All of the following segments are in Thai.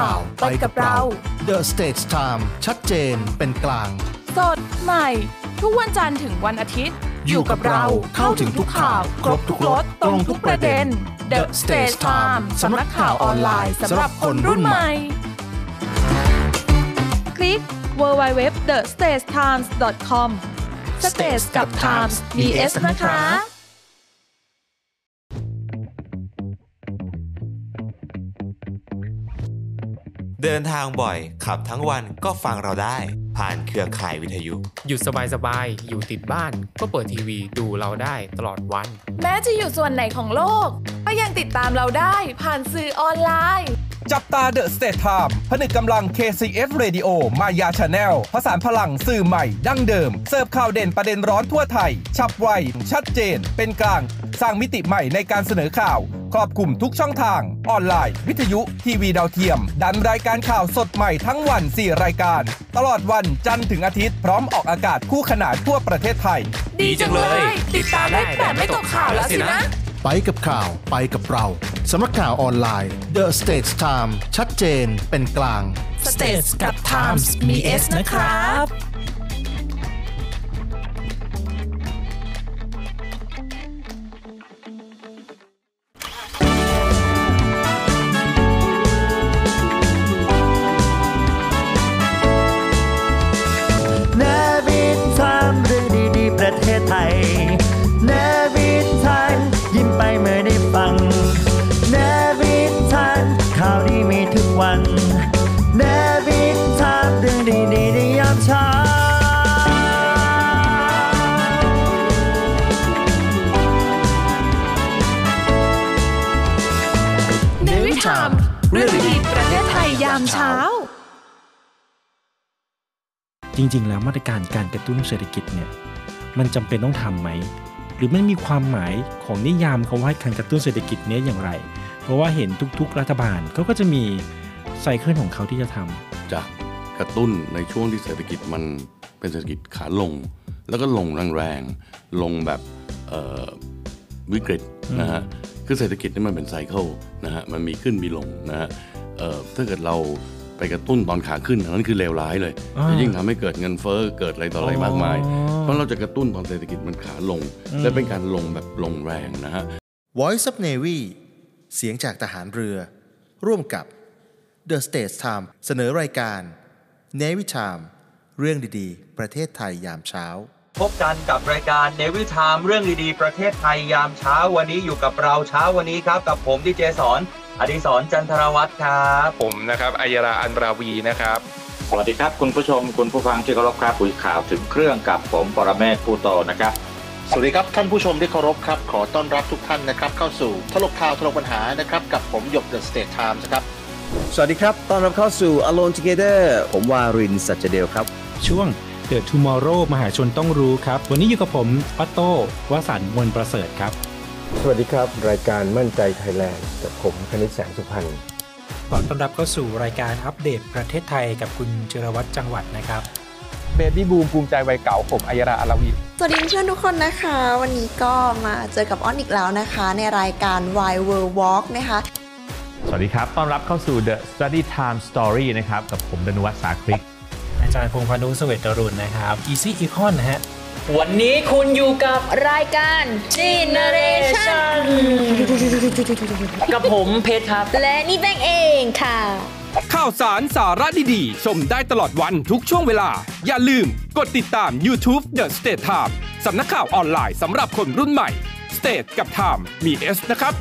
ข่าวไปกับเรา The Stage Time ชัดเจนเป็นกลางสดใหม่ทุกวันจันทร์ถึงวันอาทิตย์อยู่กับเราเข้าถึงทุกข่าวครบทุกรสตรงทุกประเด็น The Stage Time สำนักข่าวออนไลน์สำหรับคนรุ่นใหม่คลิก www.thestagetimes.com Stage กับ Times มี S นะคะเดินทางบ่อยขับทั้งวันก็ฟังเราได้ผ่านเครือข่ายวิทยุหยุดสบายๆอยู่ติดบ้านก็เปิดทีวีดูเราได้ตลอดวันแม้จะอยู่ส่วนไหนของโลกก็ยังติดตามเราได้ผ่านสื่อออนไลน์จับตา The State Time ผนึกกำลัง KCF Radio Maya Channel ผสานพลังสื่อใหม่ดั้งเดิมเสิร์ฟข่าวเด่นประเด็นร้อนทั่วไทยฉับไวชัดเจนเป็นกลางสร้างมิติใหม่ในการเสนอข่าวครอบคลุมทุกช่องทางออนไลน์วิทยุทีวีดาวเทียมดันรายการข่าวสดใหม่ทั้งวัน4รายการตลอดวันจันทร์ถึงอาทิตย์พร้อมออกอากาศคู่ขนานทั่วประเทศไทยดีจังเลยติดตามได้แบบไม่ตกข่าวแล้วสินะไปกับข่าวไปกับเราสำนักข่าวออนไลน์ The Stage Time ชัดเจนเป็นกลาง Stage กับ Times มี S นะครับประเทศไทยเนวิทานยิ้มไปเมื่อได้ฟังเนวิทานข่าวดีมีทุกวันเนวิทานเรื่องดีๆในยามเช้าเนวิทานเรื่องดีๆประเทศไทยยามเช้าจริงๆแล้วมาตรการการกระตุ้นเศรษฐกิจเนี่ยมันจำเป็นต้องทำไหมหรือมันมีความหมายของนิยามคำว่าการกระตุ้นเศรษฐกิจนี้อย่างไรเพราะว่าเห็นทุกๆรัฐบาลเขาก็จะมีไซเคิลของเขาที่จะทำจะกระตุ้นในช่วงที่เศรษฐกิจมันเป็นเศรษฐกิจขาลงแล้วก็ลงแรงๆลงแบบวิกฤตนะฮะคือเศรษฐกิจนี่มันเป็นไซเคิลนะฮะมันมีขึ้นมีลงนะฮะถ้าเกิดเราไปกระตุ้นตอนขาขึ้นนั้นคือเลวร้ายเลยจะยิ่งทำให้เกิดเงินเฟ้อเกิดอะไรต่ออะไรมากมายเพราะเราจะกระตุ้นตอนเศรษฐกิจมันขาลงและเป็นการลงแบบลงแรงนะฮะ Voice of Navy เสียงจากทหารเรือร่วมกับ The Stage Time เสนอรายการ Navy Time เรื่องดีๆประเทศไทยยามเช้าพบกันกับรายการ Navy Time เรื่องดีๆประเทศไทยยามเช้าวันนี้อยู่กับเราเช้าวันนี้ครับกับผมดีเจสอนอดิศรจันทรวัฒน์ครับผมนะครับอัยราอันราวีนะครับสวัสดีครับคุณผู้ชมคุณผู้ฟังที่เคารพครับคุยข่าวถึงเครื่องกับผมปรเมศผู้โตนะครับสวัสดีครับท่านผู้ชมที่เคารพครับขอต้อนรับทุกท่านนะครับเข้าสู่ถลกข่าวถลกปัญหานะครับกับผมหยก The State Times ครับสวัสดีครับต้อนรับเข้าสู่ Alone Together ผมวารินทร์สัจเดลครับช่วง The Tomorrow มหาชนต้องรู้ครับวันนี้อยู่กับผมปัตโต้วสันต์มนต์ประเสริฐครับสวัสดีครับรายการมั่นใจไทยแลนด์กับผมคณิตแสงสุพรรณขอต้อนรับเข้าสู่รายการอัปเดตประเทศไทยกับคุณจิรวัตรจังหวัดนะครับเบบี้บูมภูมิใจวัยเก่าผมอัยราอาราวีสวัสดีเพื่อนทุกคนนะคะวันนี้ก็มาเจอกับอ้อนอีกแล้วนะคะในรายการ Why World Walk นะคะสวัสดีครับต้อนรับเข้าสู่ The Study Time Story นะครับกับผมดนุวัฒน์สาคริกอาจารย์พงษ์พานุเสวตรุณนะครับ Easy Econ นะฮะวันนี้คุณอยู่กับรายการ Generation กับผมเพชรครับและนี่แบงเองค่ะข่าวสารสาระดีๆชมได้ตลอดวันทุกช่วงเวลาอย่าลืมกดติดตาม YouTube The State Time สำนักข่าวออนไลน์สำหรับคนรุ่นใหม่ State กับ Time มี S นะครับ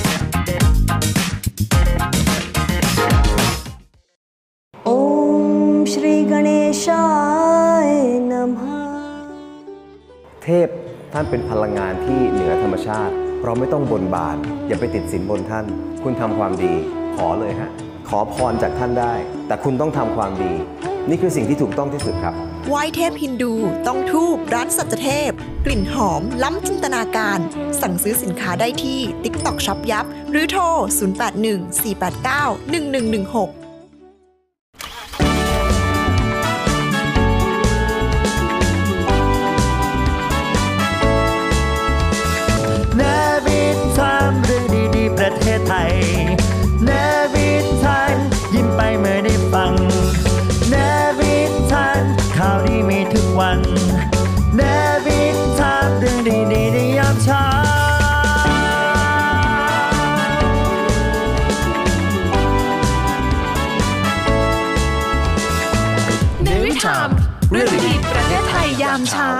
โอมชรีกเนชายนะมหาเทพท่านเป็นพลังงานที่เหนือธรรมชาติเราไม่ต้องบนบานอย่าไปติดสินบนท่านคุณทำความดีขอเลยฮะขอพรจากท่านได้แต่คุณต้องทำความดีนี่คือสิ่งที่ถูกต้องที่สุดครับไหว้เทพฮินดูต้องธูปร้านสัจเทพกลิ่นหอมล้ำจินตนาการสั่งซื้อสินค้าได้ที่ TikTok Shop ยับหรือโทร 0814891116 ประเทศไทยเนวิทานยิ้มไปเรื่องดีๆประเทศไทยยามเช้า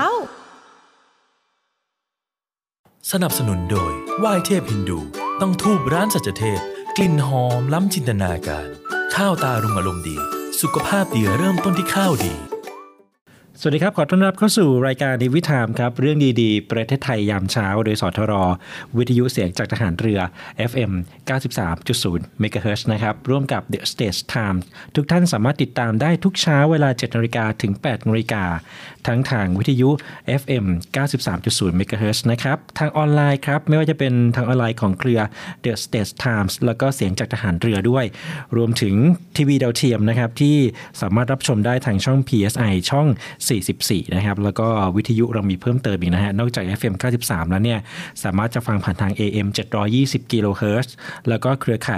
สนับสนุนโดยไหว้เทพฮินดูต้องธูปร้านสัจเทพกลิ่นหอมล้ำจินตนาการข้าวตารุงอารมณ์ดีสุขภาพดีเริ่มต้นที่ข้าวดีสวัสดีครับขอต้อนรับเข้าสู่รายการNavy Timeครับเรื่องดีๆประเทศไทยยามเช้าโดยสทรวิทยุเสียงจากทหารเรือ FM 93.0 MHz นะครับร่วมกับ The Stage Time ทุกท่านสามารถติดตามได้ทุกเช้าเวลา 7:00 นถึง 8:00 นทั้งทางวิทยุ FM 93.0 MHz นะครับทางออนไลน์ครับไม่ว่าจะเป็นทางออนไลน์ของเครือ The Stage Times แล้วก็เสียงจากทหารเรือด้วยรวมถึงทีวีดาวเทียมนะครับที่สามารถรับชมได้ทางช่อง PSI ช่อง44นะครับแล้วก็วิทยุเรามีเพิ่มเติมอีกนะฮะนอกจาก FM 93แล้วเนี่ยสามารถจะฟังผ่านทาง AM 720 กิโลเฮิรตซ์แล้วก็เครือข่าย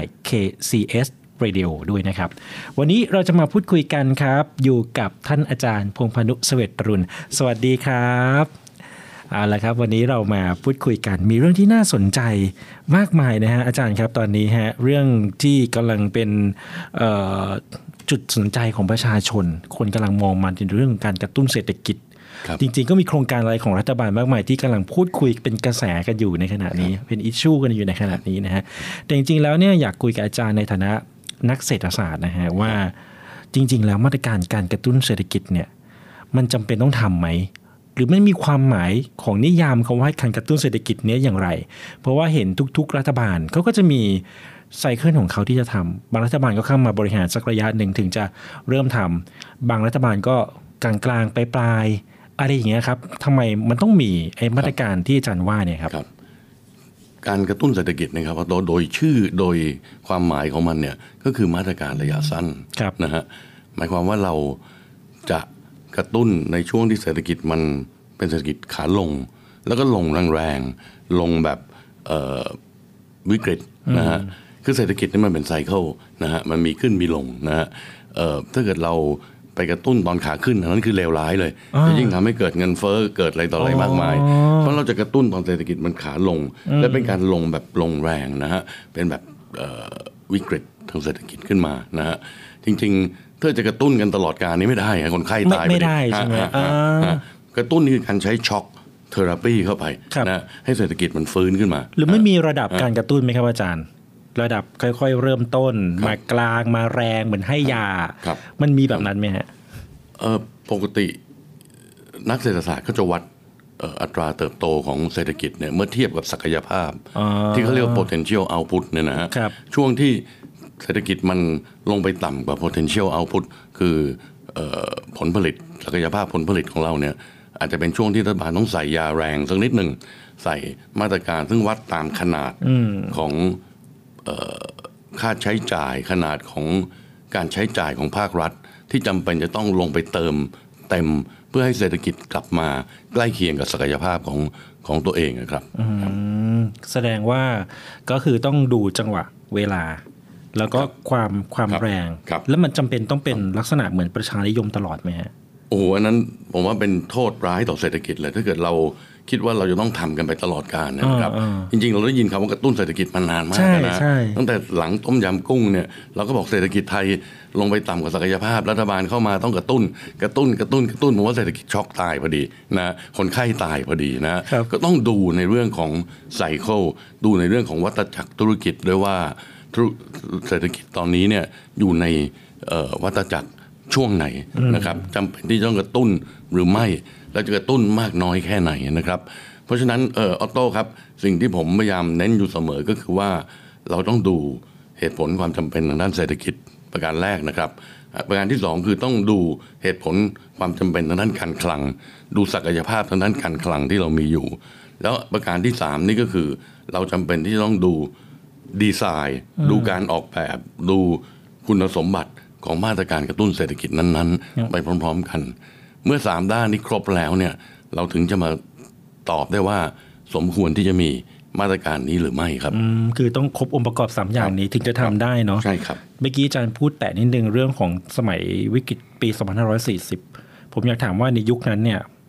KCS Radio ด้วยนะครับวันนี้เราจะมาพูดคุยกันครับอยู่กับท่านอาจารย์พงษ์พานุเสวตตรุณสวัสดีครับเอาละครับวันนี้เรามาพูดคุยกันมีเรื่องที่น่าสนใจมากมายนะฮะอาจารย์ครับตอนนี้ฮะเรื่องที่กำลังเป็นจุดสนใจของประชาชนคนกำลังมองมาในเรื่องการกระตุ้นเศรษฐกิจจริงๆก็มีโครงการอะไรของรัฐบาลมากมายที่กำลังพูดคุยเป็นกระแสกันอยู่ในขณะนี้เป็นอิชชูกันอยู่ในขณะนี้นะฮะแต่จริงๆแล้วเนี่ยอยากคุยกับอาจารย์ในฐานะนักเศรษฐศาสตร์นะฮะว่าจริงๆแล้วมาตรการการกระตุ้นเศรษฐกิจเนี่ยมันจำเป็นต้องทำไหมหรือไม่มีความหมายของนิยามคำว่าการกระตุ้นเศรษฐกิจนี้อย่างไรเพราะว่าเห็นทุกๆรัฐบาลเขาก็จะมีไซเคิลของเขาที่จะทำบางรัฐบาลก็เข้ามาบริหารสักระยะหนึ่งถึงจะเริ่มทำบางรัฐบาลก็กลางๆปลายๆอะไรอย่างเงี้ยครับทำไมมันต้องมีไอ้มาตรการที่อาจารย์ว่าเนี่ยครับการกระตุ้นเศรษฐกิจนะครับโดยชื่อโดยความหมายของมันเนี่ยก็คือมาตรการระยะสั้นนะฮะหมายความว่าเราจะกระตุ้นในช่วงที่เศรษฐกิจมันเป็นเศรษฐกิจขาลงแล้วก็ลงแรงๆลงแบบวิกฤตนะฮะคือเศรษฐกิจนี่มันเป็นไซเคิลนะฮะมันมีขึ้นมีลงนะฮะถ้าเกิดเราไปกระตุ้นตอนขาขึ้นนั้นคือเลวร้ายเลยจะยิ่งทำให้เกิดเงินเฟ้อเกิดอะไรต่ออะไรมากมายเพราะเราจะกระตุ้นตอนเศรษฐกิจมันขาลงและเป็นการลงแบบลงแรงนะฮะเป็นแบบวิกฤตทางเศรษฐกิจขึ้นมานะฮะจริงๆถ้าจะกระตุ้นกันตลอดกาลนี้ไม่ได้คนไข้ตายไม่ได้ใช่ไหมกระตุ้นนี่คือการใช้ช็อคเทอราปีเข้าไปนะให้เศรษฐกิจมันฟื้นขึ้นมาหรือไม่มีระดับการกระตุ้นไหมครับอาจารย์ระดับค่อยๆเริ่มต้นมากลางมาแรงเหมือนให้ยามันมีแบบนั้นไหมฮะปกตินักเศรษฐศาสตร์ก็จะวัดอัตราเติบโตของเศรษฐกิจเนี่ยเมื่อเทียบกับศักยภาพที่เขาเรียกว่า potential output เนี่ยนะฮะช่วงที่เศรษฐกิจมันลงไปต่ำกว่า potential output คือผลผลิตศักยภาพผลผลิตของเราเนี่ยอาจจะเป็นช่วงที่รัฐบาลต้องใส่ยาแรงสักนิดหนึ่งใส่มาตรการซึ่งวัดตามขนาดของค่าใช้จ่ายขนาดของการใช้จ่ายของภาครัฐที่จำเป็นจะต้องลงไปเติมเต็มเพื่อให้เศรษฐกิจกลับมาใกล้เคียงกับศักยภาพของตัวเองนะครับแสดงว่าก็คือต้องดูจังหวะเวลาแล้วก็ความแรงแล้วมันจำเป็นต้องเป็นลักษณะเหมือนประชานิยมตลอดไหมฮะโอ้อันนั้นผมว่าเป็นโทษร้ายต่อเศรษฐกิจเลยถ้าเกิดเราคิดว่าเราจะต้องทำกันไปตลอดกาลนะครับจริงๆเราได้ยินคำว่ากระตุ้นเศรษฐกิจมานานมากนะตั้งแต่หลังต้มยำกุ้งเนี่ยเราก็บอกเศรษฐกิจไทยลงไปต่ำกว่าศักยภาพรัฐบาลเข้ามาต้องกระตุ้นผมว่าเศรษฐกิจช็อกตายพอดีนะคนไข้ตายพอดีนะก็ต้องดูในเรื่องของไซเคิลดูในเรื่องของวัฏจักรธุรกิจด้วยว่าเศรษฐกิจตอนนี้เนี่ยอยู่ในวัฏจักรช่วงไหนนะครับจำเป็นที่ต้องกระตุ้นหรือไม่และจะกระตุ้นมากน้อยแค่ไหนนะครับเพราะฉะนั้นออโต้ครับสิ่งที่ผมพยายามเน้นอยู่เสมอก็คือว่าเราต้องดูเหตุผลความจำเป็นทางด้านเศรษฐกิจประการแรกนะครับประการที่สองคือต้องดูเหตุผลความจำเป็นทางด้านการคลังดูศักยภาพทางด้านการคลังที่เรามีอยู่แล้วประการที่สามนี่ก็คือเราจำเป็นที่จะต้องดูดีไซน์ดูการออกแบบดูคุณสมบัติของมาตรการกระตุ้นเศรษฐกิจนั้นๆไปพร้อมๆกันเมื่อ3ด้านนี้ครบแล้วเนี่ยเราถึงจะมาตอบได้ว่าสมควรที่จะมีมาตรการนี้หรือไม่ครับคือต้องครบองค์ประกอบ3อย่างนี้ถึงจะทำได้เนาะใช่ครับเมื่อกี้อาจารย์พูดแต่นิดนึงเรื่องของสมัยวิกฤตปี2540ผมอยากถามว่าในยุคนั้นเนี่ย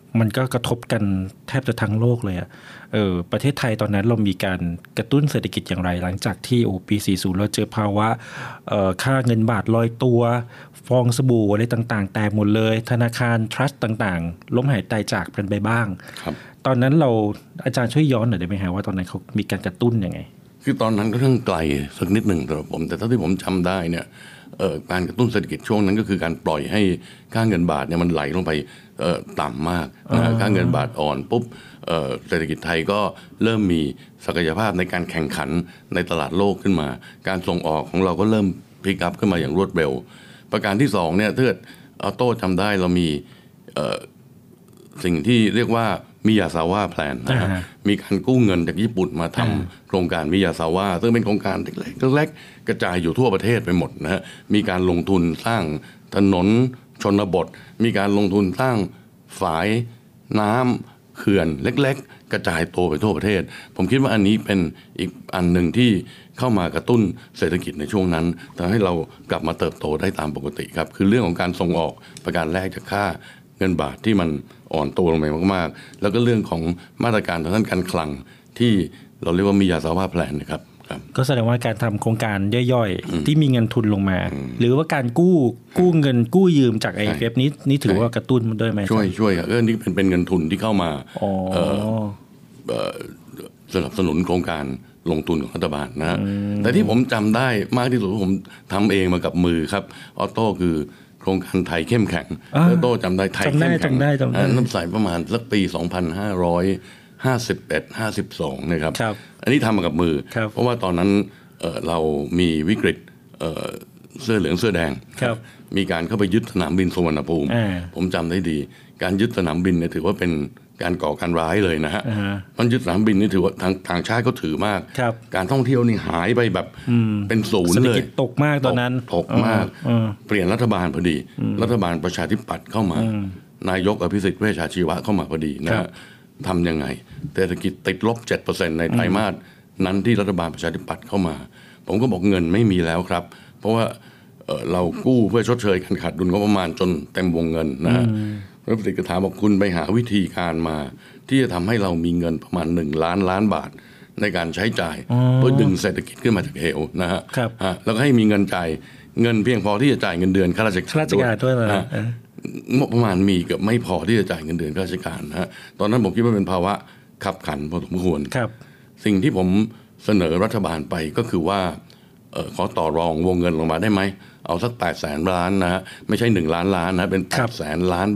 มันก็กระทบกันแทบจะทั้งโลกเลยอะประเทศไทยตอนนั้นเรามีการกระตุ้นเศรษฐกิจอย่างไรหลังจากที่ปี 40 เราเจอภาวะค่าเงินบาทลอยตัวฟองสบู่อะไรต่างๆแตกหมดเลยธนาคารทรัสต์ต่างๆล้มหายตายจากกันไปบ้างตอนนั้นอาจารย์ช่วยย้อนหน่อยได้ไหมฮะว่าตอนนั้นเขามีการกระตุ้นยังไงคือตอนนั้นก็เรื่องไกลสักนิดหนึ่งสำหรับผมแต่เท่าที่ผมจำได้เนี่ยการกระตุ้นเศรษฐกิจช่วงนั้นก็คือการปล่อยให้ค่าเงินบาทเนี่ยมันไหลลงไปต่ำมากนะค่าเงินบาทอ่อนปุ๊บเศรษฐกิจไทยก็เริ่มมีศักยภาพในการแข่งขันในตลาดโลกขึ้นมาการส่งออกของเราก็เริ่มพิกอัพขึ้นมาอย่างรวดเร็วประการที่2เนี่ยถ้าเกิดออโต้จำได้เรามีสิ่งที่เรียกว่ามิยาซาวะแพลนนะฮะมีการกู้เงินจากญี่ปุ่นมาทำโครงการมิยาซาวะซึ่งเป็นโครงการเล็กๆกระจายอยู่ทั่วประเทศไปหมดนะฮะมีการลงทุนสร้างถนนชนบทมีการลงทุนสร้างฝายน้ำเขื่อนเล็กๆกระจายตัวไปทั่วประเทศผมคิดว่าอันนี้เป็นอีกอันหนึ่งที่เข้ามากระตุ้นเศรษฐกิจในช่วงนั้นทำให้เรากลับมาเติบโตได้ตามปกติครับคือเรื่องของการส่งออกประการแรกจากค่าเงินบาทที่มันอ่อนตัวลงไปมากๆแล้วก็เรื่องของมาตรการทางด้านการคลังที่เราเรียกว่ามิยาซาวะแพลนนะครับก็แสดงว่าการทำโครงการย่อยๆที่มีเงินทุนลงมาหรือว่าการกู้เงินกู้ยืมจาก IMF นี้ถือว่ากระตุ้นมันด้วยไหมช่วยครับนี่เป็นเงินทุนที่เข้ามาสนับสนุนโครงการลงทุนของรัฐบาลนะแต่ที่ผมจำได้มากที่สุดผมทำเองมากับมือครับออโต้คือโครงการไทยเข้มแข็งออโต้จำได้ไทยเข้มแข็งน้ำใสประมาณสักปี 2551-52 นะครับอันนี้ทำมากับมือเพราะว่าตอนนั้นเรามีวิกฤตเสื้อเหลืองเสื้อแดงมีการเข้าไปยึดสนามบินสุวรรณภูมิผมจำได้ดีการยึดสนามบินเนี่ยถือว่าเป็นการก่อการร้ายเลยนะฮะมันยึดสนามบินนี่ถือว่าทางชาติก็ถือมากการท่องเที่ยวนี่หายไปแบบเป็นศูนย์เลยตกมากตอนนั้นตกมากเปลี่ยนรัฐบาลพอดีรัฐบาลประชาธิปัตย์เข้ามานายกอภิสิทธิ์เวชชาชีวะเข้ามาพอดีนะทำยังไงเศรษฐกิจติดลบ 7% ในไตรมาสนั้นที่รัฐบาลประชาธิปัตย์เข้ามาผมก็บอกเงินไม่มีแล้วครับเพราะว่าเรากู้เพื่อชดเชยการขาดดุลงบประมาณจนเต็มวงเงินนะรัฐมนตรีก็ถามบอกคุณไปหาวิธีการมาที่จะทำให้เรามีเงินประมาณ1 ล้านล้านบาทในการใช้จ่ายเพื่อดึงเศรษฐกิจขึ้นมาจากเหวนะฮะแล้วก็ให้มีเงินจ่ายเงินเพียงพอที่จะจ่ายเงินเดือนข้าราชการด้วยงบประมาณมีเกือบไม่พอที่จะจ่ายเงินเดือนข้าราชการนะฮะตอนนั้นผมคิดว่าเป็นภาวะขับขันพอสมควรสิ่งที่ผมเสนอรัฐบาลไปก็คือว่าขอต่อรองวงเงินลงมาได้ไหมเอาสัก800,000 ล้านนะฮะไม่ใช่1 ล้านล้านนะเป็น800,000 ล้าน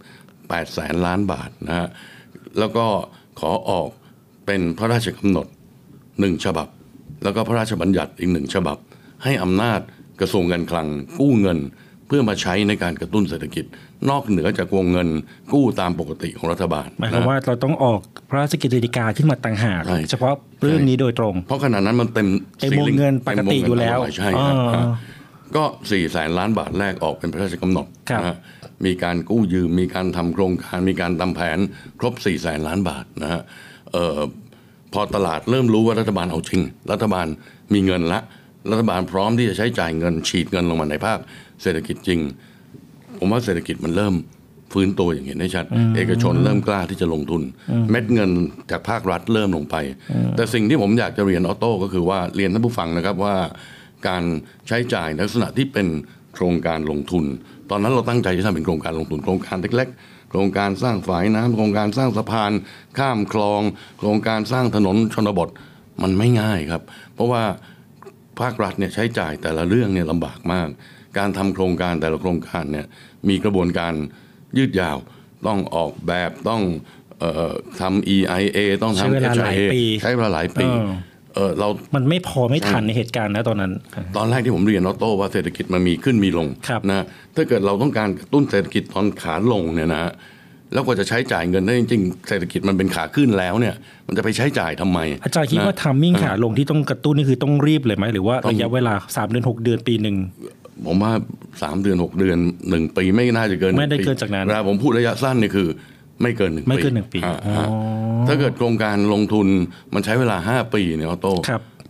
800,000 ล้านบาทนะฮะแล้วก็ขอออกเป็นพระราชกำหนด1 ฉบับแล้วก็พระราชบัญญัติอีก1 ฉบับให้อำนาจกระทรวงการคลังกู้เงินเพื่อมาใช้ในการกระตุ้นเศรษฐกิจนอกเหนือจากวงเงินกู้ตามปกติของรัฐบาลหมายความว่าเราต้องออกพระราชกฤษฎีกาขึ้นมาต่างหากเฉพาะเรื่องนี้โดยตรงเพราะขณะนั้นมันเต็มวงเงินปกติอยู่แล้วใช่ครับก็400,000 ล้านบาทแรกออกเป็นพระราชกำหนดมีการกู้ยืมมีการทำโครงการมีการทำแผนครบ400,000 ล้านบาทนะฮะพอตลาดเริ่มรู้ว่ารัฐบาลเอาจริงรัฐบาลมีเงินละรัฐบาลพร้อมที่จะใช้จ่ายเงินฉีดเงินลงมาในภาคเศรษฐกิจจริงผมว่าเศรษฐกิจมันเริ่มฟื้นตัวอย่างเห็นได้ชัดเอกชนเริ่มกล้าที่จะลงทุนเม็ดเงินจากภาครัฐเริ่มลงไปแต่สิ่งที่ผมอยากจะเรียนออโต้ก็คือว่าเรียนท่านผู้ฟังนะครับว่าการใช้จ่ายในลักษณะที่เป็นโครงการลงทุนตอนนั้นเราตั้งใจจะทำเป็นโครงการลงทุนโครงการเล็กๆโครงการสร้างฝายน้ำโครงการสร้างสะพานข้ามคลองโครงการสร้างถนนชนบทมันไม่ง่ายครับเพราะว่าภาครัฐเนี่ยใช้จ่ายแต่ละเรื่องเนี่ยลำบากมากการทำโครงการแต่ละโครงการเนี่ยมีกระบวนการยืดยาวต้องออกแบบต้องทำ EIA ต้องทำ HIA ใช้เวลาหลายปีมันไม่พอไม่ทันในเหตุการณ์นะตอนนั้นตอนแรกที่ผมเรียนออโต้ว่าเศรษฐกิจมันมีขึ้นมีลงนะถ้าเกิดเราต้องการกระตุ้นเศรษฐกิจตอนขาลงเนี่ยนะแล้วก็จะใช้จ่ายเงินได้จริงๆเศรษฐกิจมันเป็นขาขึ้นแล้วเนี่ยมันจะไปใช้จ่ายทำไมอาจารย์คิดว่าทัมมิ่งขาลงที่ต้องกระตุ้นนี่คือต้องรีบเลยไหมหรือว่าระยะเวลา3 เดือน 6 เดือนปีหนึ่งผมว่า3 เดือน 6 เดือน1 ปีไม่น่าจะเกินไม่ได้เกินจากนั้นเวลาผมพูดระยะสั้นเนี่ยคือไม่เกิน1 ปีไม่เกิน1 ปีถ้าเกิดโครงการลงทุนมันใช้เวลา5 ปีเนี่ยออโต้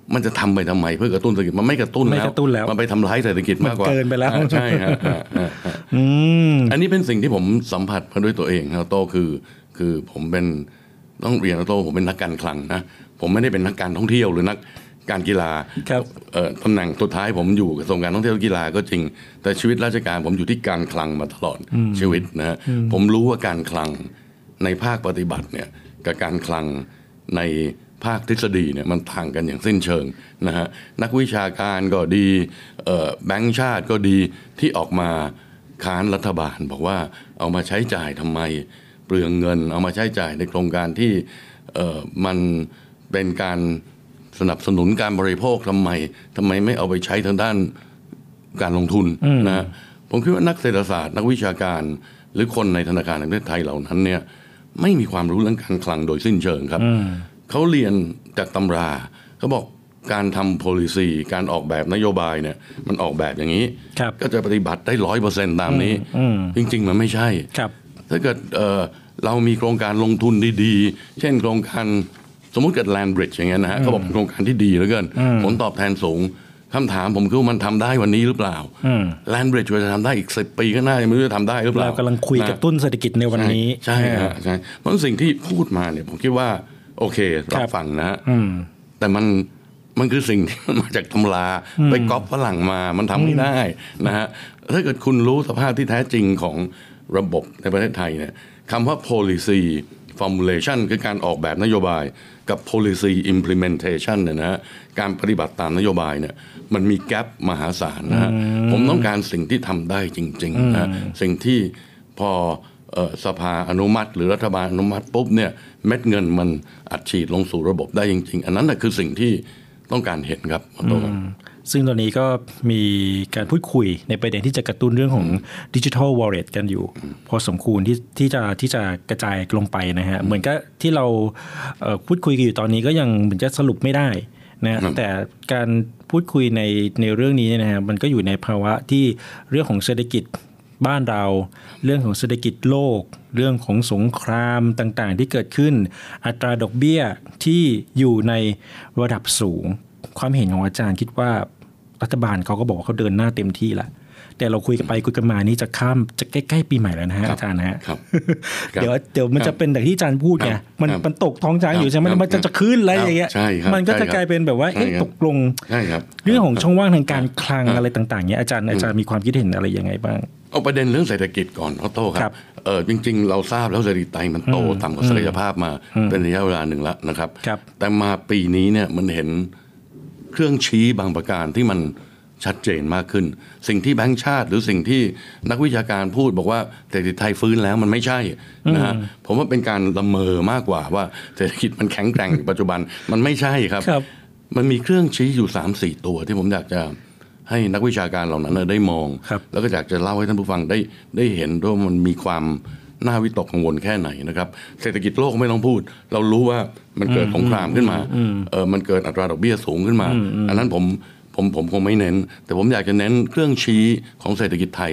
มันจะทำไปทำไมเพื่อกระตุ้นเศรษฐกิจมันไม่กระตุ้นแล้วมันไปทำร้ายเศรษฐกิจมากกว่าเกินไปแล้วใช่ฮะอันนี้เป็นสิ่งที่ผมสัมผัสมาด้วยตัวเองนะโตคือผมเป็นต้องเรียนโตผมเป็นนักการคลังนะผมไม่ได้เป็นนักการท่องเที่ยวหรือนักการกีฬาตำแหน่งสุดท้ายผมอยู่กระทรวงการท่องเที่ยวและกีฬาก็จริงแต่ชีวิตราชการผมอยู่ที่การคลังมาตลอดชีวิตนะฮะผมรู้ว่าการคลังในภาคปฏิบัติเนี่ยกับการคลังในภาคทฤษฎีเนี่ยมันต่างกันอย่างสิ้นเชิงนะฮะนักวิชาการก็ดีแบงก์ชาติก็ดีที่ออกมาค้านรัฐบาลบอกว่าเอามาใช้จ่ายทำไมเปลืองเงินเอามาใช้จ่ายในโครงการที่มันเป็นการสนับสนุนการบริโภคทำไมไม่เอาไปใช้ทางด้านการลงทุนนะผมคิดว่านักเศรษฐศาสตร์นักวิชาการหรือคนในธนาคารแห่งประเทศไทยเหล่านั้นเนี่ยไม่มีความรู้เรื่องการคลังโดยสิ้นเชิงครับเขาเรียนจากตำราเขาบอกการทำ policy การออกแบบนโยบายเนี่ยมันออกแบบอย่างนี้ก็จะปฏิบัติได้ 100% ตามนี้จริงๆมันไม่ใช่ถ้าเกิดเรามีโครงการลงทุนดีๆเช่นโครงการสมมุติเกิด Land Bridge อย่างเงี้ยนะฮะเขาบอกเป็นโครงการที่ดีเหลือเกินผลตอบแทนสูงคำถามผมคือมันทำได้วันนี้หรือเปล่า Land Bridge จะทำได้อีก10 ปีข้างหน้าไม่รู้จะทำได้หรือเปล่าเรากำลังคุยกระตุ้นเศรษฐกิจในวันนี้ใช่ใช่เพราะสิ่งที่พูดมาเนี่ยผมคิดว่าโอเครับฟังนะแต่มันคือสิ่งที่มันมาจากตำราไปก๊อปฝรั่งมามันทำไม่ได้นะฮะถ้าเกิดคุณรู้สภาพที่แท้จริงของระบบในประเทศไทยเนี่ยคำว่า policy formulation คือการออกแบบนโยบายกับ policy implementation เนี่ยนะฮะการปฏิบัติตามนโยบายเนี่ยมันมีแกปมหาศาลนะฮะผมต้องการสิ่งที่ทำได้จริงๆนะสิ่งที่พอสภาอนุมัติหรือรัฐบาลอนุมัติปุ๊บเนี่ยเม็ดเงินมันอัดฉีดลงสู่ระบบได้จริงๆอันนั้นคือสิ่งที่ต้องการเห็นครับซึ่งตอนนี้ก็มีการพูดคุยในประเด็นที่จะกระตุ้นเรื่องของ Digital Wallet กันอยู่พอสมควรที่จะกระจายลงไปนะฮะเหมือนกับที่เราพูดคุยกันอยู่ตอนนี้ก็ยังเหมือนจะสรุปไม่ได้นะแต่การพูดคุยในเรื่องนี้นะฮะมันก็อยู่ในภาวะที่เรื่องของเศรษฐกิจบ้านเราเรื่องของเศรษฐกิจโลกเรื่องของสงครามต่างๆที่เกิดขึ้นอัตราดอกเบี้ยที่อยู่ในระดับสูงความเห็นของอาจารย์คิดว่ารัฐบาลเขาก็บอกว่าเขาเดินหน้าเต็มที่แล้วแต่เราคุยกันไปคุยกันมานี่จะใกล้ๆปีใหม่แล้วนะฮะอาจารย์นะฮะเดี๋ยวมันจะเป็นแบบที่อาจารย์พูดไงมันตกท้องช้างอยู่ใช่ไหมมันจะขึ้นอะไรอย่างเงี้ยมันก็จะกลายเป็นแบบว่าตกลงเรื่องของช่องว่างทางการคลังอะไรต่างๆเนี้ยอาจารย์มีความคิดเห็นอะไรยังไงบ้างเอาประเด็นเรื่องเศรษฐกิจก่อนโต้ครับจริงๆเราทราบแล้วเศรษฐกิจไทยมันโตต่ำกว่าศักยภาพมาเป็นระยะเวลาหนึ่งแล้วนะครับแต่มาปีนี้เนี่ยมันเห็นเครื่องชี้บางประการที่มันชัดเจนมากขึ้นสิ่งที่แบงก์ชาติหรือสิ่งที่นักวิชาการพูดบอกว่าเศรษฐกิจไทยฟื้นแล้วมันไม่ใช่นะฮะผมว่าเป็นการละเมอมากกว่าว่าเศรษฐกิจมันแข็งแกร่งปัจจุบันมันไม่ใช่ครับมันมีเครื่องชี้อยู่ 3-4 ตัวที่ผมอยากจะให้นักวิชาการเหล่านั้นได้มองแล้วก็อยากจะเล่าให้ท่านผู้ฟังได้เห็นว่ามันมีความน่าวิตกกังวลแค่ไหนนะครับเศรษฐกิจโลกไม่ต้องพูดเรารู้ว่ามันเกิดสงครามขึ้นมามันเกิดอัตราดอกเบี้ยสูงขึ้นมาอันนั้นผมคงไม่เน้นแต่ผมอยากจะเน้นเครื่องชี้ของเศรษฐกิจไทย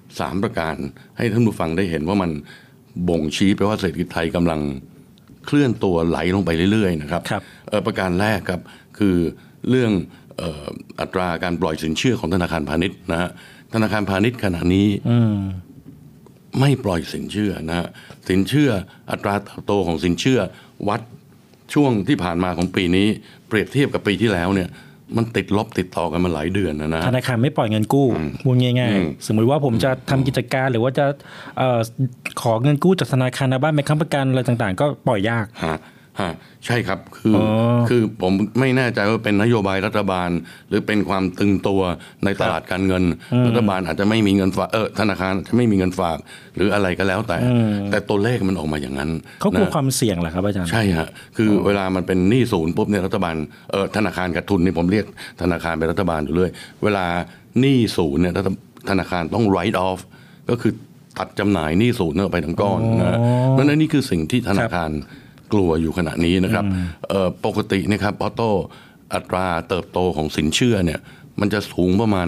3ประการให้ท่านผู้ฟังได้เห็นว่ามันบ่งชี้ไปว่าเศรษฐกิจไทยกำลังเคลื่อนตัวไหลลงไปเรื่อยๆนะครับประการแรกครับคือเรื่องอัตราการปล่อยสินเชื่อของธนาคารพาณิชย์นะฮะธนาคารพาณิชย์ขณะนี้ไม่ปล่อยสินเชื่อนะฮะสินเชื่ออัตราเติบโตของสินเชื่อวัดช่วงที่ผ่านมาของปีนี้เปรียบเทียบกับปีที่แล้วเนี่ยมันติดลบติดต่อกันมาหลายเดือนนะธนาคารไม่ปล่อยเงินกู้พูดง่ายๆสมมุติว่าผมจะทำกิจการหรือว่าจะขอเงินกู้จากธนาคารบ้านไม่ค้ำประกันอะไรต่างๆก็ปล่อยยากใช่ครับคือผมไม่แน่ใจว่าเป็นนโยบายรัฐบาลหรือเป็นความตึงตัวในตลาดการเงินรัฐบาลอาจจะไม่มีเงินฝากธนาคารจะไม่มีเงินฝากหรืออะไรก็แล้วแต่ตัวเลขมันออกมาอย่างนั้นเขากลัวความเสี่ยงเหรอครับอาจารย์ใช่ฮะคือเวลามันเป็นหนี้ศูนย์ปุ๊บเนี่ยรัฐบาลธนาคารขาดทุนนี่ผมเรียกธนาคารเป็นรัฐบาลอยู่เรื่อยเวลาหนี้ศูนย์เนี่ยธนาคารต้อง write off ก็คือตัดจำหน่ายหนี้ศูนย์ออกไปทั้งก้อนนะเพราะฉะนั้นนี่คือสิ่งที่ธนาคารกลัวอยู่ขณะนี้นะครับปกตินะครับออโต้อัตราเติบโตของสินเชื่อเนี่ยมันจะสูงประมาณ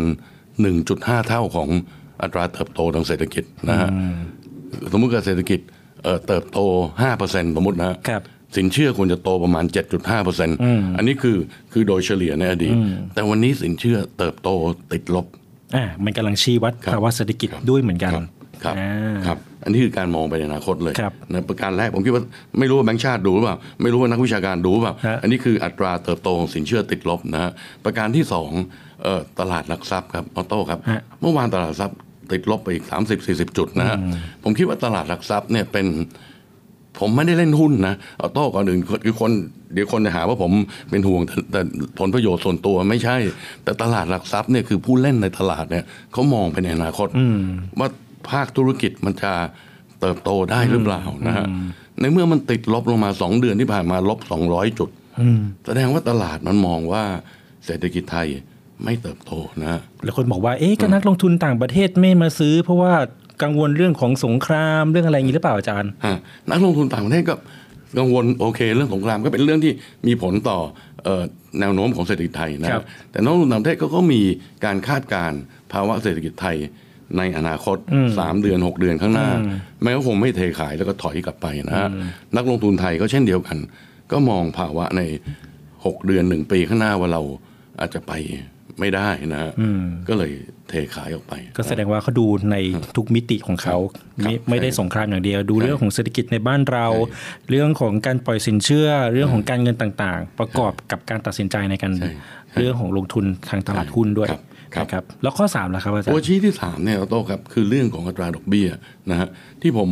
1.5 เท่าของอัตราเติบโตทางเศรษฐกิจนะฮะสมมุติว่าเศรษฐกิจเติบโต 5% สมมุตินะสินเชื่อควรจะโตประมาณ 7.5% อันนี้คือโดยเฉลี่ยในอดีตแต่วันนี้สินเชื่อเติบโตติดลบมันกำลังชี้วัดภาวะเศรษฐกิจด้วยเหมือนกันครับอันนี้คือการมองไปในอนาคตเลยในประการแรกผมคิดว่าไม่รู้ว่าแบงก์ชาติดูหรือเปล่าไม่รู้ว่านักวิชาการดูหรือเปล่าอันนี้คืออัตราเติบโตของสินเชื่อติดลบนะฮะประการที่2ตลาดหลักทรัพย์ครับออโต้ครับเมื่อวานตลาดหลักทรัพย์ติดลบไปอีก 30-40 จุดนะฮะผมคิดว่าตลาดหลักทรัพย์เนี่ยเป็นผมไม่ได้เล่นหุ้นนะออโต้ก่อนอื่นคือคนเดี๋ยวคนจะหาว่าผมเป็นห่วงแต่ผลประโยชน์ส่วนตัวไม่ใช่แต่ตลาดหลักทรัพย์เนี่ยคือผู้เล่นในตลาดเนี่ยเขามองไปในอนาคตว่าภาคธุรกิจมันจะเติบโตได้หรือเปล่านะฮะในเมื่อมันติดลบลงมา2เดือนที่ผ่านมาลบ200จุดแสดงว่าตลาดมันมองว่าเศรษฐกิจไทยไม่เติบโตนะแล้วคนบอกว่าก็นักลงทุนต่างประเทศไม่มาซื้อเพราะว่ากังวลเรื่องของสงครามเรื่องอะไรอย่างนี้หรือเปล่าอาจารย์นักลงทุนต่างประเทศก็กังวลโอเคเรื่องสงครามก็เป็นเรื่องที่มีผลต่อแนวโน้มของเศรษฐกิจไทยนะแต่นักลงทุนต่างประเทศก็มีการคาดการณ์ภาวะเศรษฐกิจไทยในอนาคต3เดือน6เดือนข้างหน้าแม้ว่าคงไม่เทขายแล้วก็ถอยกลับไปนะฮะนักลงทุนไทยก็เช่นเดียวกันก็มองภาวะใน6เดือน1ปีข้างหน้าว่าเราอาจจะไปไม่ได้นะฮะก็เลยเทขายออกไปก็แสดงว่าเขาดูในทุกมิติของเขาไม่ได้สงครามอย่างเดียวดูเรื่องของเศรษฐกิจในบ้านเราเรื่องของการปล่อยสินเชื่อเรื่องของการเงินต่างๆประกอบกับการตัดสินใจในการเรื่องของลงทุนทางตลาดหุ้นด้วยครับแล้วข้อ3ล่ะครับอาจารย์ตัวชี้ที่3เนี่ยโต้ครับคือเรื่องของอัตราดอกเบี้ยนะฮะที่ผม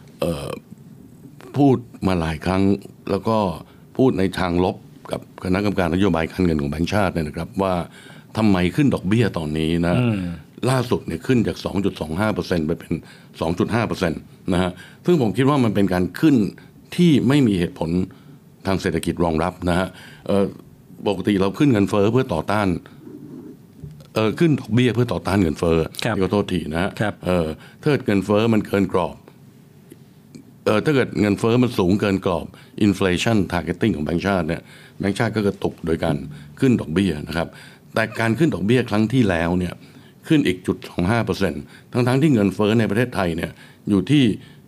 พูดมาหลายครั้งแล้วก็พูดในทางลบกับคณะกรรมการนโยบายการเงินของแบงก์ชาติเนี่ยนะครับว่าทำไมขึ้นดอกเบี้ยตอนนี้นะล่าสุดเนี่ยขึ้นจาก 2.25% ไปเป็น 2.5% นะฮะซึ่งผมคิดว่ามันเป็นการขึ้นที่ไม่มีเหตุผลทางเศรษฐกิจรองรับนะฮะปกติเราขึ้นเงินเฟ้อเพื่อต่อต้านขึ้นดอกเบี้ยเพื่อต่อต้านเงินเฟ้อที่ขอโทษทีนะฮะถ้าเกิดเงินเฟ้อมันเกินกรอบถ้าเกิดเงินเฟ้อมันสูงเกินกรอบ inflation targeting ของแบงก์ชาติเนี่ยแบงก์ชาติก็กระตุกโดยการขึ้นดอกเบี้ยนะครับแต่การขึ้นดอกเบี้ยครั้งที่แล้วเนี่ยขึ้นอีก 0.25% ทั้งที่เงินเฟ้อในประเทศไทยเนี่ยอยู่ที่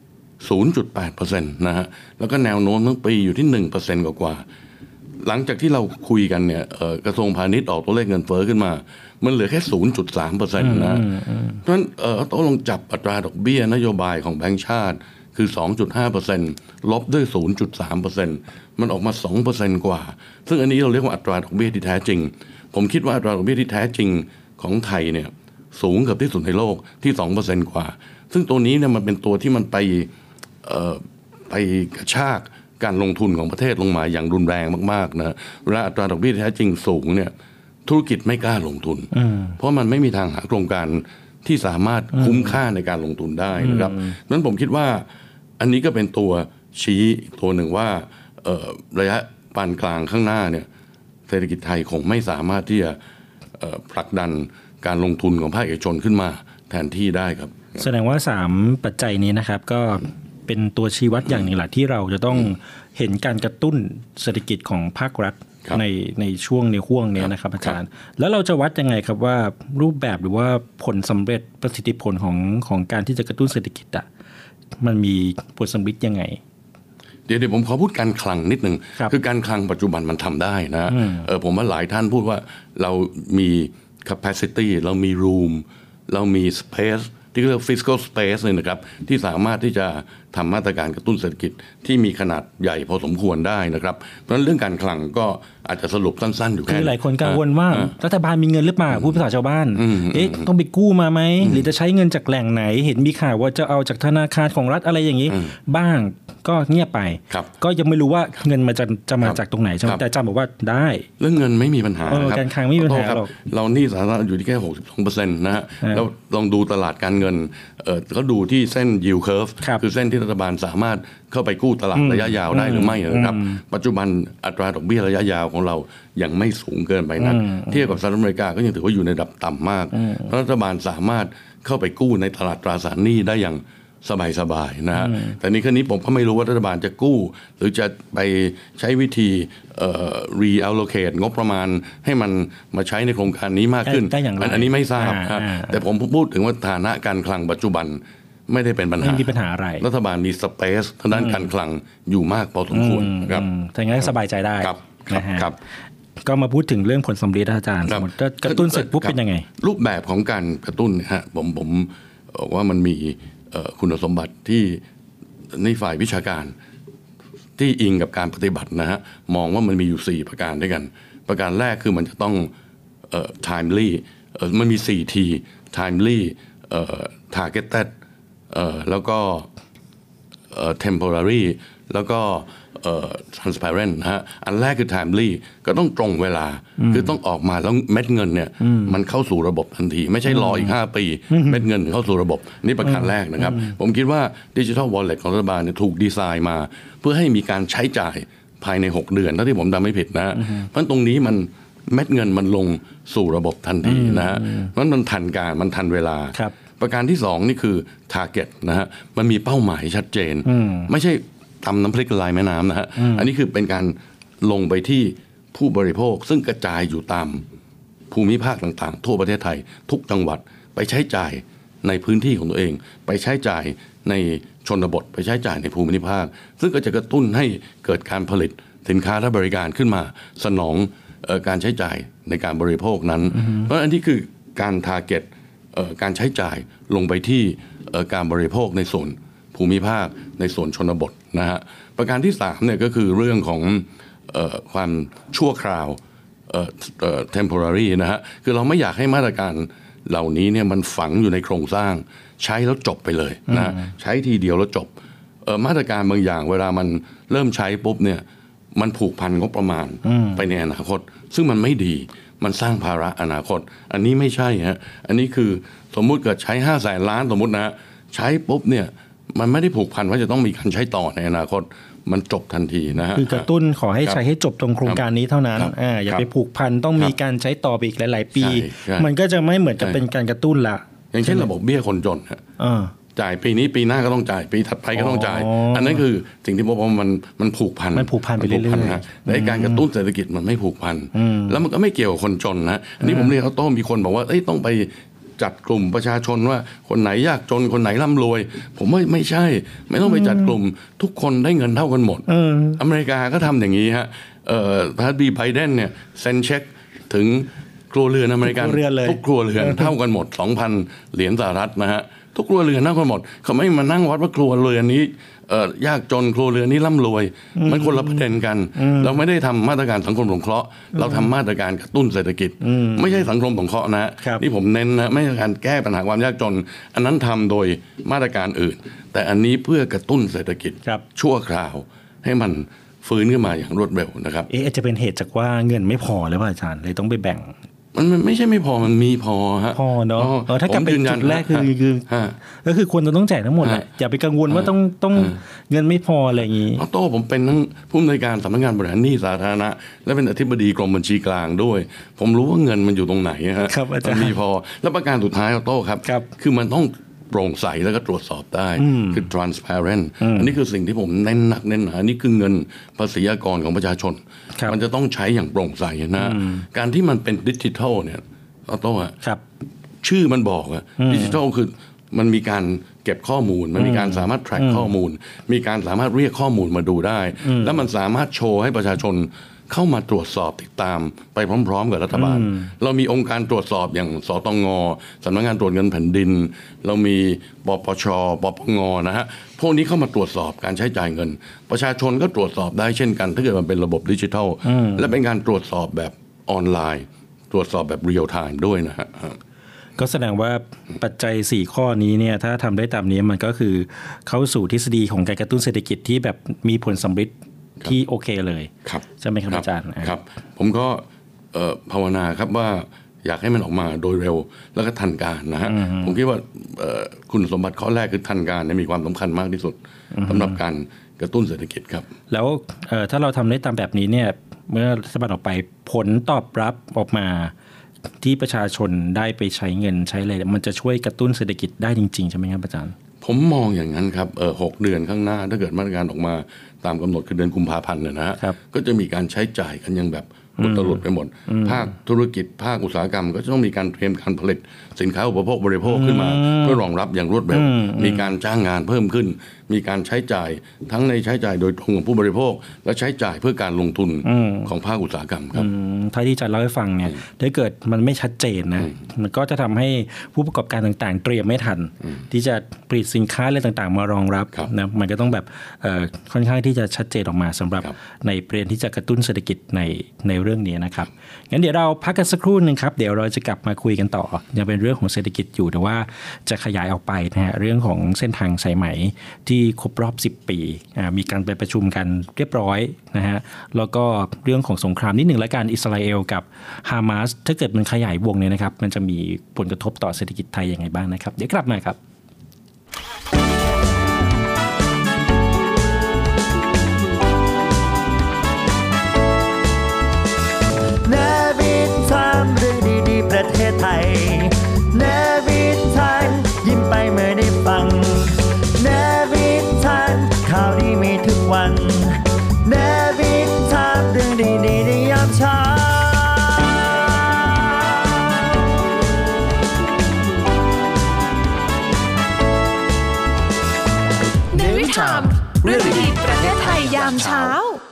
0.8% นะฮะแล้วก็แนวโน้มทั้งปีอยู่ที่ 1% กว่าหลังจากที่เราคุยกันเนี่ยกระทรวงพาณิชย์ออกตัวเลขเงินเฟ้อขึ้นมามันเหลือแค่ 0.3% นะเพราะฉะนั้นต้องลองจับอัตราดอกเบี้ยนโยบายของแบงก์ชาติคือ 2.5% ลบด้วย 0.3% มันออกมา 2% กว่าซึ่งอันนี้เราเรียกว่าอัตราดอกเบี้ยที่แท้จริงผมคิดว่าอัตราดอกเบี้ยที่แท้จริงของไทยเนี่ยสูงเกือบที่สุดในโลกที่ 2% กว่าซึ่งตัวนี้เนี่ยมันเป็นตัวที่มันไปกระชากการลงทุนของประเทศลงมาอย่างรุนแรงมากๆนะเวลาอัตราดอกเบี้ยที่แท้จริงสูงเนี่ยธุรกิจไม่กล้าลงทุนเพราะมันไม่มีทางหาโครงการที่สามารถคุ้มค่าในการลงทุนได้นะครับนั้นผมคิดว่าอันนี้ก็เป็นตัวชี้ตัวหนึ่งว่าระยะปานกลางข้างหน้าเนี่ยเศรษฐกิจไทยคงไม่สามารถที่จะผลักดันการลงทุนของภาคเอกชนขึ้นมาแทนที่ได้ครับแสดงว่า3ปัจจัยนี้นะครับก็เป็นตัวชี้วัดอย่างหนึ่งแหละที่เราจะต้องเห็นการกระตุ้นเศรษฐกิจของภาครัฐในช่วงในห่วงนี้นะครับอาจารย์แล้วเราจะวัดยังไงครับว่ารูปแบบหรือว่าผลสำเร็จประสิทธิผลของการที่จะกระตุ้นเศรษฐกิจมันมีผลสำลิดยังไงเดี๋ยวผมขอพูดการคลังนิดนึงคือการคลังปัจจุบันมันทำได้นะผมว่าหลายท่านพูดว่าเรามี capacity เรามี room เรามี space ที่เรียก fiscal space เลยนะครับที่สามารถที่จะทำมาตรการกระตุ้นเศรษฐกิจที่มีขนาดใหญ่พอสมควรได้นะครับเพราะฉะนั้นเรื่องการคลังก็อาจจะสรุปสั้นๆอยู่แค่คือหลายคนกังวลว่ารัฐบาลมีเงินหรือเปล่าพูดภาษาชาวบ้านต้องไปกู้มาไหมหรือจะใช้เงินจากแหล่งไหนเห็นมีข่าวว่าจะเอาจากธนาคารของรัฐอะไรอย่างนี้บ้างก็เงียบไปก็ยังไม่รู้ว่าเงินมันจะมาจากตรงไหนใช่ไหมแต่อาจารย์บอกว่าได้เรื่องเงินไม่มีปัญหาครับการคลังไม่มีปัญหาหรอกเรานี่สาธารณอยู่ที่แค่ 62% นะฮะแล้วลองดูตลาดการเงินเขาดูที่เส้น yield curve คือเส้นที่รัฐบาลสามารถเข้าไปกู้ตลาดระยะยาวได้หรือไม่นะครับปัจจุบันอัตราดอกเบี้ยระยะยาวของเรายังไม่สูงเกินไปนักเทียบกับสหรัฐอเมริกาก็ยังถือว่าอยู่ในระดับต่ำมากรัฐบาลสามารถเข้าไปกู้ในตลาดตราสารหนี้ได้อย่างสบายๆนะฮะแต่นี้ครั้นี้ผมก็ไม่รู้ว่ารัฐบาลจะกู้หรือจะไปใช้วิธีreallocate งบประมาณให้มันมาใช้ในโครงการนี้มากขึ้นอันนี้ไม่ทราบแต่ผมพูดถึงว่าฐานะการคลังปัจจุบันไม่ได้เป็นปัญหาไม่มีปัญหาอะไรรัฐบาลมีสเปซทางด้านการคลังอยู่มากพอสมควรครับถ้างั้นสบายใจได้ครับก็มาพูดถึงเรื่องผลสำลิดอาจารย์กระตุ้นเสร็จปุ๊บเป็นยังไงรูปแบบของการกระตุ้นฮะผมว่ามันมีคุณสมบัติที่ในฝ่ายวิชาการที่อิงกับการปฏิบัตินะฮะมองว่ามันมีอยู่4ประการด้วยกันประการแรกคือมันจะต้องtimely มันมี4 T timely targeted แล้วก็temporary แล้วก็transparent นะฮะอันแรกคือ timely ก็ต้องตรงเวลาคือต้องออกมาแล้วเม็ดเงินเนี่ยมันเข้าสู่ระบบทันทีไม่ใช่รออีก5 ปีเม็ดเงินเข้าสู่ระบบนี่ประการแรกนะครับผมคิดว่า Digital Wallet ของรัฐบาลเนี่ยถูกดีไซน์มาเพื่อให้มีการใช้จ่ายภายใน6 เดือนถ้าที่ผมจำไม่ผิดนะเพราะตรงนี้มันเม็ดเงินมันลงสู่ระบบทันทีนะฮะเพราะมันทันการมันทันเวลาประการที่2นี่คือ target นะฮะมันมีเป้าหมายชัดเจนไม่ใช่ตำน้ำพริกละลายแม่น้ำนะฮะอันนี้คือเป็นการลงไปที่ผู้บริโภคซึ่งกระจายอยู่ตามภูมิภาคต่างๆทั่วประเทศไทยทุกจังหวัดไปใช้จ่ายในพื้นที่ของตัวเองไปใช้จ่ายในชนบทไปใช้จ่ายในภูมิภาคซึ่งก็จะกระตุ้นให้เกิดการผลิตสินค้าและบริการขึ้นมาสนองการใช้จ่ายในการบริโภคนั้นเพราะอันนี้คือการทาร์เก็ตการใช้จ่ายลงไปที่การบริโภคในส่วนภูมิภาคในส่วนชนบทนะฮะประการที่3เนี่ยก็คือเรื่องของความชั่วคราวtemporary นะฮะคือเราไม่อยากให้มาตรการเหล่านี้เนี่ยมันฝังอยู่ในโครงสร้างใช้แล้วจบไปเลยนะใช้ทีเดียวแล้วจบมาตรการบางอย่างเวลามันเริ่มใช้ปุ๊บเนี่ยมันผูกพันงบประมาณไปในอนาคตซึ่งมันไม่ดีมันสร้างภาระอนาคตอันนี้ไม่ใช่ฮะอันนี้คือสมมุติเกิดใช้500,000 ล้านสมมุตินะใช้ปุ๊บเนี่ยมันไม่ได้ผูกพันว่าจะต้องมีการใช้ต่อในอนาคตมันจบทันทีนะฮะคือกระตุ้นขอให้ใช้ให้จบตรงโครงการนี้เท่านั้นอย่าไปผูกพันต้องมีการใช้ต่อไปอีกหลายๆปีมันก็จะไม่เหมือนกับเป็นการกระตุ้นละอย่างเช่นระบบเบี้ยคนจนฮะจ่ายปีนี้ปีหน้าก็ต้องจ่ายปีถัดไปก็ต้องจ่ายอันนั้นคือสิ่งที่ผมว่ามันผูกพันไปเรื่อยๆในการกระตุ้นเศรษฐกิจมันไม่ผูกพันแล้วมันก็ไม่เกี่ยวกับคนจนนะอันนี้ผมเรียนเขาโต้มีคนบอกว่าต้องไปจัดกลุ่มประชาชนว่าคนไหนยากจนคนไหนร่ำรวยผมว่าไม่ใช่ไม่ต้องไปจัดกลุ่มทุกคนได้เงินเท่ากันหมดอเมริกาก็ทำอย่างนี้ฮะประธานาธิบดีไบเดนเนี่ยเซ็นเช็คถึงครัวเรือนอเมริกันทุกครัวเรือนเท่ากันหมด 2,000 เหรียญสหรัฐนะฮะทุกครัวเรือนเท่ากันหมดเขาไม่มานั่งวัดว่าครัวเรือนนี้ยากจนครัวเรือนนี้ร่ำรวยมันคนละประเด็นกันเราไม่ได้ทำมาตรการสังคมสงเคราะห์เราทำมาตรการกระตุ้นเศรษฐกิจไม่ใช่สังคมสงเคราะห์นะนี่ผมเน้นนะไม่ใช่การแก้ปัญหาความยากจนอันนั้นทำโดยมาตรการอื่นแต่อันนี้เพื่อกระตุ้นเศรษฐกิจชั่วคราวให้มันฟื้นขึ้นมาอย่างรวดเร็วนะครับจะเป็นเหตุจากว่าเงินไม่พอหรือเปล่าอาจารย์เลยต้องไปแบ่งมันไม่ใช่ไม่พอมันมีพอฮะพอเนาะถ้ากลับไปจุดแรกคือก็คือควรจะต้องจ่ายทั้งหมดแหละอย่าไปกังวลว่าต้องเงินไม่พออะไรอย่างนี้โต้ผมเป็นทั้งผู้อำนวยการสำนักงานบริหารหนี้สาธารณะและเป็นอธิบดีกรมบัญชีกลางด้วยผมรู้ว่าเงินมันอยู่ตรงไหนฮะมันมีพอแล้วประการสุดท้ายโต้ครับคือมันต้องโปร่งใสแล้วก็ตรวจสอบได้คือ transparent อันนี้คือสิ่งที่ผมเน้นหนักเน้นหนานี่คือเงินภาษีอากรของประชาชนมันจะต้องใช้อย่างโปร่งใสนะการที่มันเป็นดิจิทัลเนี่ยโต้อะชื่อมันบอกอะดิจิทัลคือมันมีการเก็บข้อมูลมันมีการสามารถ track ข้อมูลมีการสามารถเรียกข้อมูลมาดูได้แล้วมันสามารถโชว์ให้ประชาชนเข้ามาตรวจสอบติดตามไปพร้อมๆกับรัฐบาลเรามีองค์การตรวจสอบอย่างสตง.สำนักงานตรวจเงินแผ่นดินเรามีปปช.ปปง.นะฮะพวกนี้เข้ามาตรวจสอบการใช้จ่ายเงินประชาชนก็ตรวจสอบได้เช่นกันถ้าเกิดมันเป็นระบบดิจิทัลและเป็นการตรวจสอบแบบออนไลน์ตรวจสอบแบบเรียลไทม์ด้วยนะฮะก็แสดงว่าปัจจัย4ข้อนี้เนี่ยถ้าทำได้ตามนี้มันก็คือเข้าสู่ทฤษฎีของการกระตุ้นเศรษฐกิจที่แบบมีผลสำฤทธิ์ที่โอเคเลยใช่ไหมครับอาจารย์ครับผมก็ภาวนาครับว่าอยากให้มันออกมาโดยเร็วแล้วก็ทันการนะฮะผมคิดว่าคุณสมบัติข้อแรกคือทันการมีความสำคัญมากที่สุดสำหรับการกระตุ้นเศรษฐกิจครับแล้วถ้าเราทำได้ตามแบบนี้เนี่ยเมื่อรัฐบาลออกไปผลตอบรับออกมาที่ประชาชนได้ไปใช้เงินใช้อะไรมันจะช่วยกระตุ้นเศรษฐกิจได้จริงๆใช่ไหมครับอาจารย์ผมมองอย่างนั้นครับ6 เดือนข้างหน้าถ้าเกิดมาตรการออกมาตามกำหนดคือเดือนกุมภาพันธ์เนี่ยนะฮะก็จะมีการใช้จ่ายกันยังแบบอุตลุดไปหมดภาคธุรกิจภาคอุตสาหกรรมก็ต้องมีการเตรียมการผลิตสินค้าอุปโภคบริโภคขึ้นมาเพื่อรองรับอย่างรวดเร็วมีการจ้างงานเพิ่มขึ้นมีการใช้จ่ายทั้งในใช้จ่ายโดยตรงของผู้บริโภคและใช้จ่ายเพื่อการลงทุนของภาคอุตสาหกรรมครับถ้าที่จะเล่าให้ฟังเนี่ยถ้าเกิดมันไม่ชัดเจนนะมันก็จะทำให้ผู้ประกอบการต่างๆเตรียมไม่ทันที่จะผลิตสินค้าอะไรต่างๆมารองรับนะมันก็ต้องแบบค่อนข้างที่จะชัดเจนออกมาสำหรับในประเด็นที่จะกระตุ้นเศรษฐกิจในเรื่องนี้นะครับงั้นเดี๋ยวเราพักกันสักครู่นึงครับเดี๋ยวเราจะกลับมาคุยกันต่อยังเป็นเรื่องของเศรษฐกิจอยู่แต่ว่าจะขยายออกไปนะฮะเรื่องของเส้นทางสายไหมที่ครบรอบ10 ปีมีการไปประชุมกันเรียบร้อยนะฮะแล้วก็เรื่องของสงครามนิดหนึ่งและการอิสราเอลกับฮามาสถ้าเกิดมันขยายวงเนี่ยนะครับมันจะมีผลกระทบต่อเศรษฐกิจไทยยังไงบ้างนะครับเดี๋ยวกลับมาครับเนวิทามเรื่องดีๆประเทศไทยเนวิทามยิ้มไปเมื่อได้ฟังเนวิทามข่าวดีมีทุกวันเนวิทามเรื่องดีๆในยามเช้าเนวิทามเรื่องดีๆประเทศไทยยามเช้า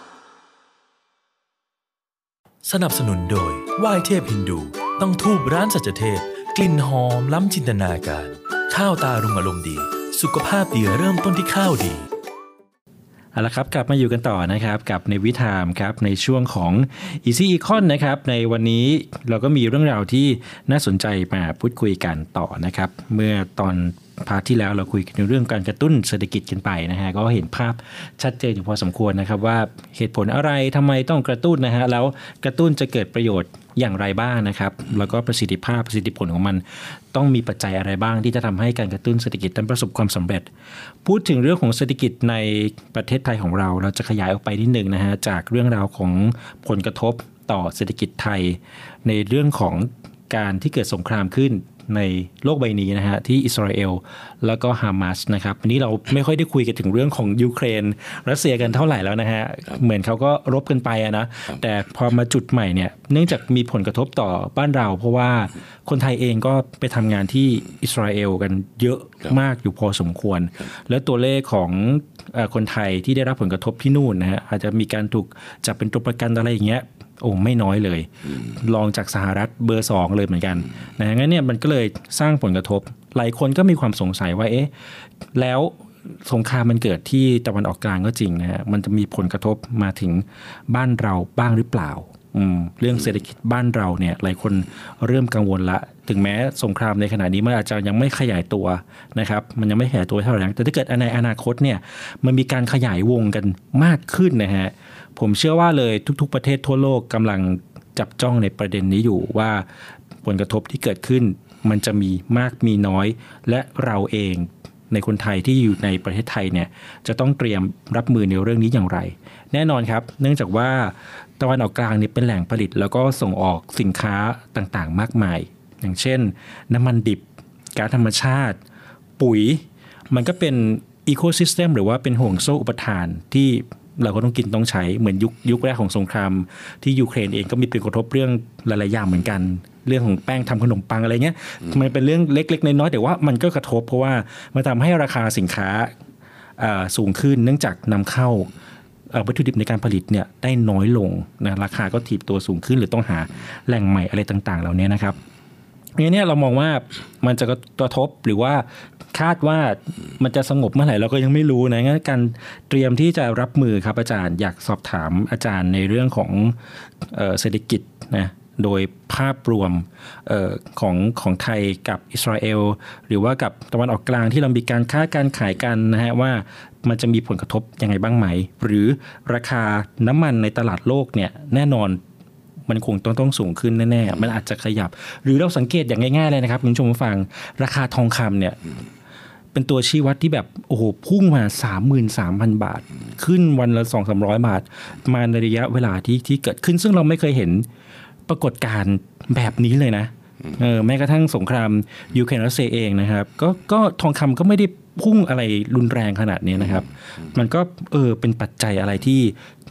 สนับสนุนโดยไหว้เทพฮินดูต้องธูปร้านสัจเทพกลิ่นหอมล้ำจินตนาการข้าวตารุ่งอารมณ์ดีสุขภาพดีเริ่มต้นที่ข้าวดีเอาละครับกลับมาอยู่กันต่อนะครับกับในวิถามครับในช่วงของ Easy Econ นะครับในวันนี้เราก็มีเรื่องราวที่น่าสนใจมาพูดคุยกันต่อนะครับเมื่อตอนพาร์ทที่แล้วเราคุยกันเรื่องการกระตุ้นเศรษฐกิจกันไปนะฮะก็เห็นภาพชัดเจนอยู่พอสมควรนะครับว่าเหตุผลอะไรทำไมต้องกระตุ้นนะฮะแล้วกระตุ้นจะเกิดประโยชน์อย่างไรบ้างนะครับแล้วก็ประสิทธิภาพประสิทธิผลของมันต้องมีปัจจัยอะไรบ้างที่จะทำให้การกระตุ้นเศรษฐกิจนั้นประสบความสำเร็จพูดถึงเรื่องของเศรษฐกิจในประเทศไทยของเราจะขยายออกไปนิดนึงนะฮะจากเรื่องราวของผลกระทบต่อเศรษฐกิจไทยในเรื่องของการที่เกิดสงครามขึ้นในโลกใบนี้นะฮะที่อิสราเอลแล้วก็ฮามาสนะครับวันนี้เราไม่ค่อยได้คุยกันถึงเรื่องของยูเครนรัสเซียกันเท่าไหร่แล้วนะฮะเหมือนเขาก็รบกันไปนะแต่พอมาจุดใหม่เนี่ยเนื่องจากมีผลกระทบต่อบ้านเราเพราะว่าคนไทยเองก็ไปทำงานที่อิสราเอลกันเยอะมากอยู่พอสมควรแล้วตัวเลขของคนไทยที่ได้รับผลกระทบที่นู่นนะฮะอาจจะมีการถูกจับเป็นตัวประกันอะไรอย่างเงี้ยโอ้ไม่น้อยเลยรองจากสหรัฐเบอร์2เลยเหมือนกันนะงั้นเนี่ยมันก็เลยสร้างผลกระทบหลายคนก็มีความสงสัยว่าเอ๊ะแล้วสงครามมันเกิดที่ตะวันออกกลางก็จริงนะฮะมันจะมีผลกระทบมาถึงบ้านเราบ้างหรือเปล่าเรื่องเศรษฐกิจบ้านเราเนี่ยหลายคนเริ่มกังวลละถึงแม้สงครามในขณะนี้มันอาจจะยังไม่ขยายตัวนะครับมันยังไม่ขยายตัวเท่าไหร่แต่ถ้าเกิดในอนาคตเนี่ยมันมีการขยายวงกันมากขึ้นนะฮะผมเชื่อว่าเลยทุกๆประเทศทั่วโลกกำลังจับจ้องในประเด็นนี้อยู่ว่าผลกระทบที่เกิดขึ้นมันจะมีมากมีน้อยและเราเองในคนไทยที่อยู่ในประเทศไทยเนี่ยจะต้องเตรียมรับมือในเรื่องนี้อย่างไรแน่นอนครับเนื่องจากว่าตะวันออกกลางนี่เป็นแหล่งผลิตแล้วก็ส่งออกสินค้าต่างๆมากมายอย่างเช่นน้ำมันดิบก๊าซธรรมชาติปุ๋ยมันก็เป็นอีโคซิสเต็มหรือว่าเป็นห่วงโซ่อุปทานที่เราก็ต้องกินต้องใช้เหมือนยุคแรกของสงครามที่ยูเครนเองก็มีผลกระทบเรื่องหลายๆอย่างเหมือนกันเรื่องของแป้งทำขนมปังอะไรเงี้ยมันเป็นเรื่องเล็กๆน้อยๆแต่ว่ามันก็กระทบเพราะว่ามันทำให้ราคาสินค้าสูงขึ้นเนื่องจากนำเข้าวัตถุดิบในการผลิตเนี่ยได้น้อยลงนะราคาก็ถีบตัวสูงขึ้นหรือต้องหาแหล่งใหม่อะไรต่างๆเหล่านี้นะครับเนี่ยเรามองว่ามันจะกระทบหรือว่าคาดว่ามันจะสงบเมื่อไหร่เราก็ยังไม่รู้นะงั้นการเตรียมที่จะรับมือครับอาจารย์อยากสอบถามอาจารย์ในเรื่องของเศรษฐกิจนะโดยภาพรวมของไทยกับอิสราเอลหรือว่ากับตะวันออกกลางที่เรามีการค้าการขายกันนะฮะว่ามันจะมีผลกระทบยังไงบ้างไหมหรือราคาน้ำมันในตลาดโลกเนี่ยแน่นอนมันคงต้องสูงขึ้นแน่ๆมันอาจจะขยับหรือเราสังเกตอย่างง่ายๆเลยนะครับคุณผู้ชมฟังราคาทองคำเนี่ยเป็นตัวชี้วัดที่แบบโอ้โหพุ่งมา 33,000 บาทขึ้นวันละ 200-300 บาทมาในระยะเวลาที่เกิดขึ้นซึ่งเราไม่เคยเห็นปรากฏการณ์แบบนี้เลยนะแม้กระทั่งสงครามยูเครนรัสเซียเองนะครับก็ทองคำก็ไม่ได้พุ่งอะไรรุนแรงขนาดนี้นะครับมันก็เป็นปัจจัยอะไรที่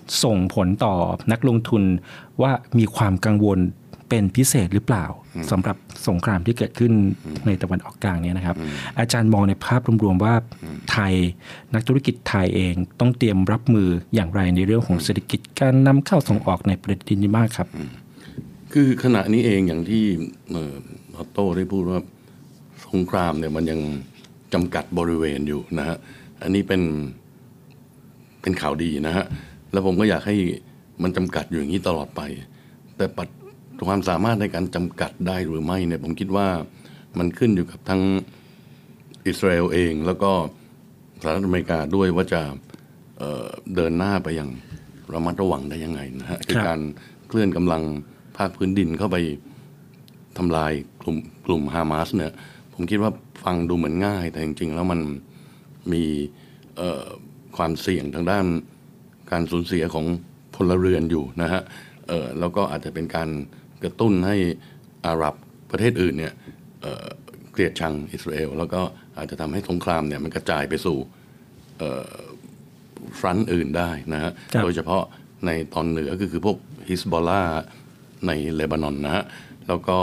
ส่งผลต่อนักลงทุนว่ามีความกังวลเป็นพิเศษหรือเปล่าสำหรับสงครามที่เกิดขึ้นในตะวันออกกลางเนี่ยนะครับอาจารย์มองในภาพรวมๆว่าไทยนักธุรกิจไทยเองต้องเตรียมรับมืออย่างไรในเรื่องของเศรษฐกิจการนำเข้าส่งออกในประเด็นนี้มากครับคือขณะนี้เองอย่างที่ออโต้ได้พูดว่าสงครามเนี่ยมันยังจำกัดบริเวณอยู่นะฮะอันนี้เป็นข่าวดีนะฮะแล้วผมก็อยากให้มันจำกัดอยู่อย่างนี้ตลอดไปแต่ความสามารถในการจำกัดได้หรือไม่เนี่ยผมคิดว่ามันขึ้นอยู่กับทั้งอิสราเอลเองแล้วก็สหรัฐอเมริกาด้วยว่าจะเดินหน้าไปอย่างระมัดระวังได้ยังไงนะฮะคือการเคลื่อนกำลังภาคพื้นดินเข้าไปทำลายกลุ่มฮามาสเนี่ยผมคิดว่าฟังดูเหมือนง่ายแต่จริงๆแล้วมันมีความเสี่ยงทางด้านการสูญเสียของพลเรือนอยู่นะฮะแล้วก็อาจจะเป็นการกระตุ้นให้อาหรับประเทศอื่นเนี่ยเกลียดชังอิสราเอลแล้วก็อาจจะทำให้สงครามเนี่ยมันกระจายไปสู่ฟรอนต์อื่นได้นะฮะโดยเฉพาะในตอนเหนือก็คือพวกฮิซบอลลาในเลบานอนนะฮะแล้วก็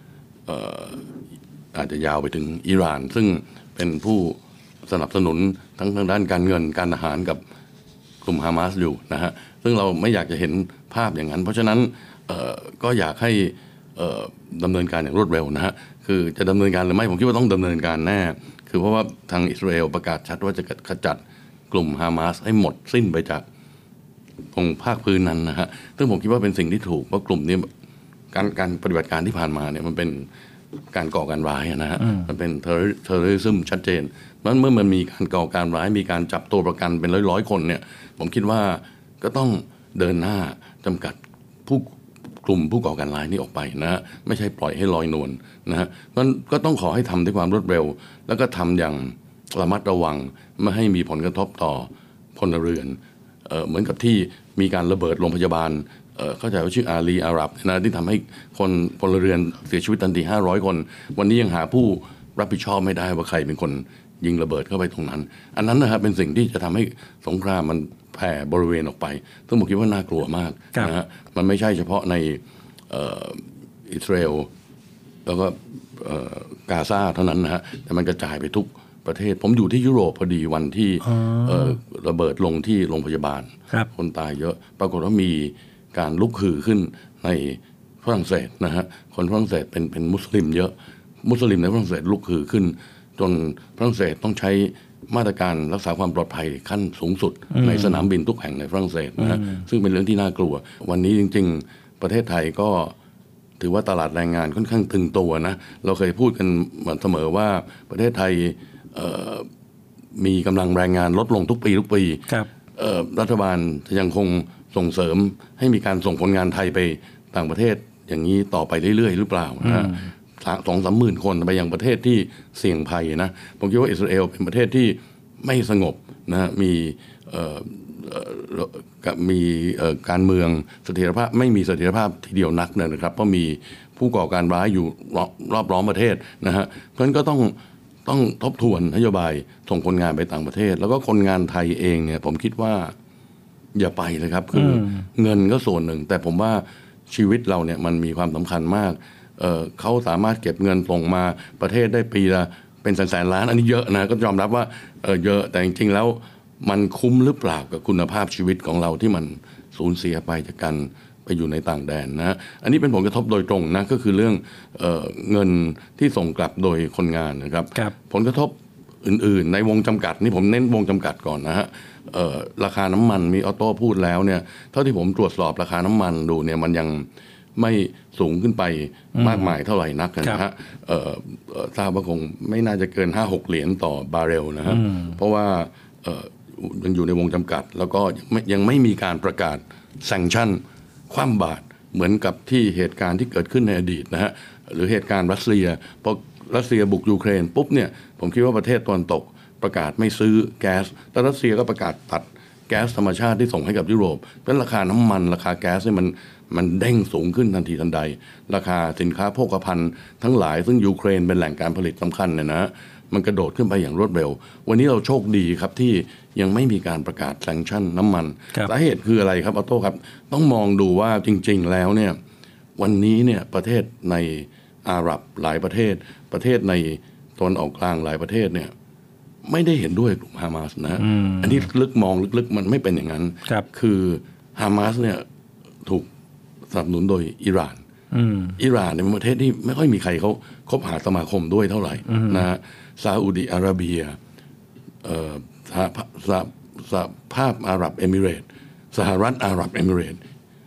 อาจจะยาวไปถึงอิหร่านซึ่งเป็นผู้สนับสนุนทั้งทางด้านการเงินการทหารกับกลุ่มฮามาสอยู่นะฮะซึ่งเราไม่อยากจะเห็นภาพอย่างนั้นเพราะฉะนั้นก็อยากให้ดำเนินการอย่างรวดเร็วนะฮะคือจะดำเนินการหรือไม่ผมคิดว่าต้องดำเนินการแน่คือเพราะว่าทางอิสราเอลประกาศชัดว่าจะขจัดกลุ่มฮามาสให้หมดสิ้นไปจากตรงภาคพื้นนั้นนะฮะซึ่งผมคิดว่าเป็นสิ่งที่ถูกเพราะกลุ่มนี้การปฏิบัติการที่ผ่านมาเนี่ยมันเป็นการก่อการร้ายนะฮะมันเป็นเทอร์ริซึมชัดเจนเมื่อมันมีการก่อการร้ายมีการจับตัวประกันเป็นร้อยๆคนเนี่ยผมคิดว่าก็ต้องเดินหน้าจำกัดกลุ่มผู้ก่อการร้ายนี้ออกไปนะฮะไม่ใช่ปล่อยให้ลอยนวลนะฮะมันก็ต้องขอให้ทำด้วยความรวดเร็วแล้วก็ทำอย่างระมัดระวังไม่ให้มีผลกระทบต่อพลเรือนเหมือนกับที่มีการระเบิดโรงพยาบาลเข้าใจว่าชื่ออาลีอาหรับนะที่ทำให้คนพลเรือนเสียชีวิตทันที500 คนวันนี้ยังหาผู้รับผิดชอบไม่ได้ว่าใครเป็นคนยิงระเบิดเข้าไปตรงนั้นอันนั้นนะครับเป็นสิ่งที่จะทำให้สงครามมันแผ่บริเวณออกไปซึ่งผมคิดว่าน่ากลัวมากนะฮะมันไม่ใช่เฉพาะในอิสราเอลแล้วก็กาซาเท่านั้นนะฮะแต่มันกระจายไปทุกประเทศผมอยู่ที่ยุโรปพอดีวันที่ระเบิดลงที่โรงพยาบาลคนตายเยอะปรากฏว่ามีการลุกฮือขึ้นในฝรั่งเศสนะฮะคนฝรั่งเศสเป็นมุสลิมเยอะมุสลิมในฝรั่งเศสลุกฮือขึ้นจนฝรั่งเศสต้องใช้มาตรการรักษาความปลอดภัยขั้นสูงสุดในสนามบินทุกแห่งในฝรั่งเศสนะฮะซึ่งเป็นเรื่องที่น่ากลัววันนี้จริงๆประเทศไทยก็ถือว่าตลาดแรงงานค่อนข้างตึงตัวนะเราเคยพูดกันเสมอว่าประเทศไทยมีกำลังแรงงานลดลงทุกปีรัฐบาลจะยังคงส่งเสริมให้มีการส่งคนงานไทยไปต่างประเทศอย่างนี้ต่อไปเรื่อยๆหรือเปล่านะ 2-3 หมื่นคนไปยังประเทศที่เสี่ยงภัยนะผมคิดว่าอิสราเอลเป็นประเทศที่ไม่สงบนะมีการเมืองเสถียรภาพไม่มีเสถียรภาพทีเดียวนักนะครับเพราะมีผู้ก่อการร้ายอยู่รอบล้อมประเทศนะฮะเพราะฉะนั้นก็ต้องทบทวนนโยบายส่งคนงานไปต่างประเทศแล้วก็คนงานไทยเองเนี่ยผมคิดว่าอย่าไปเลยครับคือเงินก็ส่วนหนึ่งแต่ผมว่าชีวิตเราเนี่ยมันมีความสำคัญมากเขาสามารถเก็บเงินส่งมาประเทศได้ปีละเป็นแสนล้านอันนี้เยอะนะก็ยอมรับว่าเยอะแต่จริงๆแล้วมันคุ้มหรือเปล่ากับคุณภาพชีวิตของเราที่มันสูญเสียไปจากการไปอยู่ในต่างแดนนะอันนี้เป็นผลกระทบโดยตรงนะก็คือเรื่องเงินที่ส่งกลับโดยคนงานนะครับผลกระทบอื่นๆในวงจำกัดนี่ผมเน้นวงจำกัดก่อนนะฮะราคาน้ำมันมีออโต้พูดแล้วเนี่ยเท่าที่ผมตรวจสอบราคาน้ำมันดูเนี่ยมันยังไม่สูงขึ้นไปมากมายเท่าไหร่นักนะฮะทราบว่าคงไม่น่าจะเกิน 5-6 เหรียญต่อบาร์เรลนะฮะเพราะว่ายังอยู่ในวงจำกัดแล้วก็ยังไม่มีการประกาศแซงชั่นคว่ำบาตรเหมือนกับที่เหตุการณ์ที่เกิดขึ้นในอดีตนะฮะหรือเหตุการณ์รัสเซียพอรัสเซียบุกยูเครนปุ๊บเนี่ยผมคิดว่าประเทศตะวันตกประกาศไม่ซื้อแก๊สแต่รัสเซียก็ประกาศตัดแก๊สธรรมชาติที่ส่งให้กับยุโรปเพราะฉะนั้นราคาน้ำมันราคาแก๊สเนี่ยมันเด้งสูงขึ้นทันทีทันใดราคาสินค้าโภคภัณฑ์ทั้งหลายซึ่งยูเครนเป็นแหล่งการผลิตสำคัญเนี่ยนะมันกระโดดขึ้นไปอย่างรวดเร็ววันนี้เราโชคดีครับที่ยังไม่มีการประกาศแซงชั่นน้ำมันสาเหตุคืออะไรครับออโต้ครับต้องมองดูว่าจริงๆแล้วเนี่ยวันนี้เนี่ยประเทศในอาหรับหลายประเทศในตะวันออกกลางหลายประเทศเนี่ยไม่ได้เห็นด้วยกลุ่มฮามาสนะอันนี้มองลึกๆมันไม่เป็นอย่างนั้นคือฮามาสเนี่ยถูกสนับสนุนโดยอิหร่านเนี่ยเป็นประเทศที่ไม่ค่อยมีใครเขาคบหาสมาคมด้วยเท่าไหร่นะฮะซาอุดิอาระเบียสหภาพอาหรับเอมิเรตส์สหรัฐอาหรับเอมิเรตส์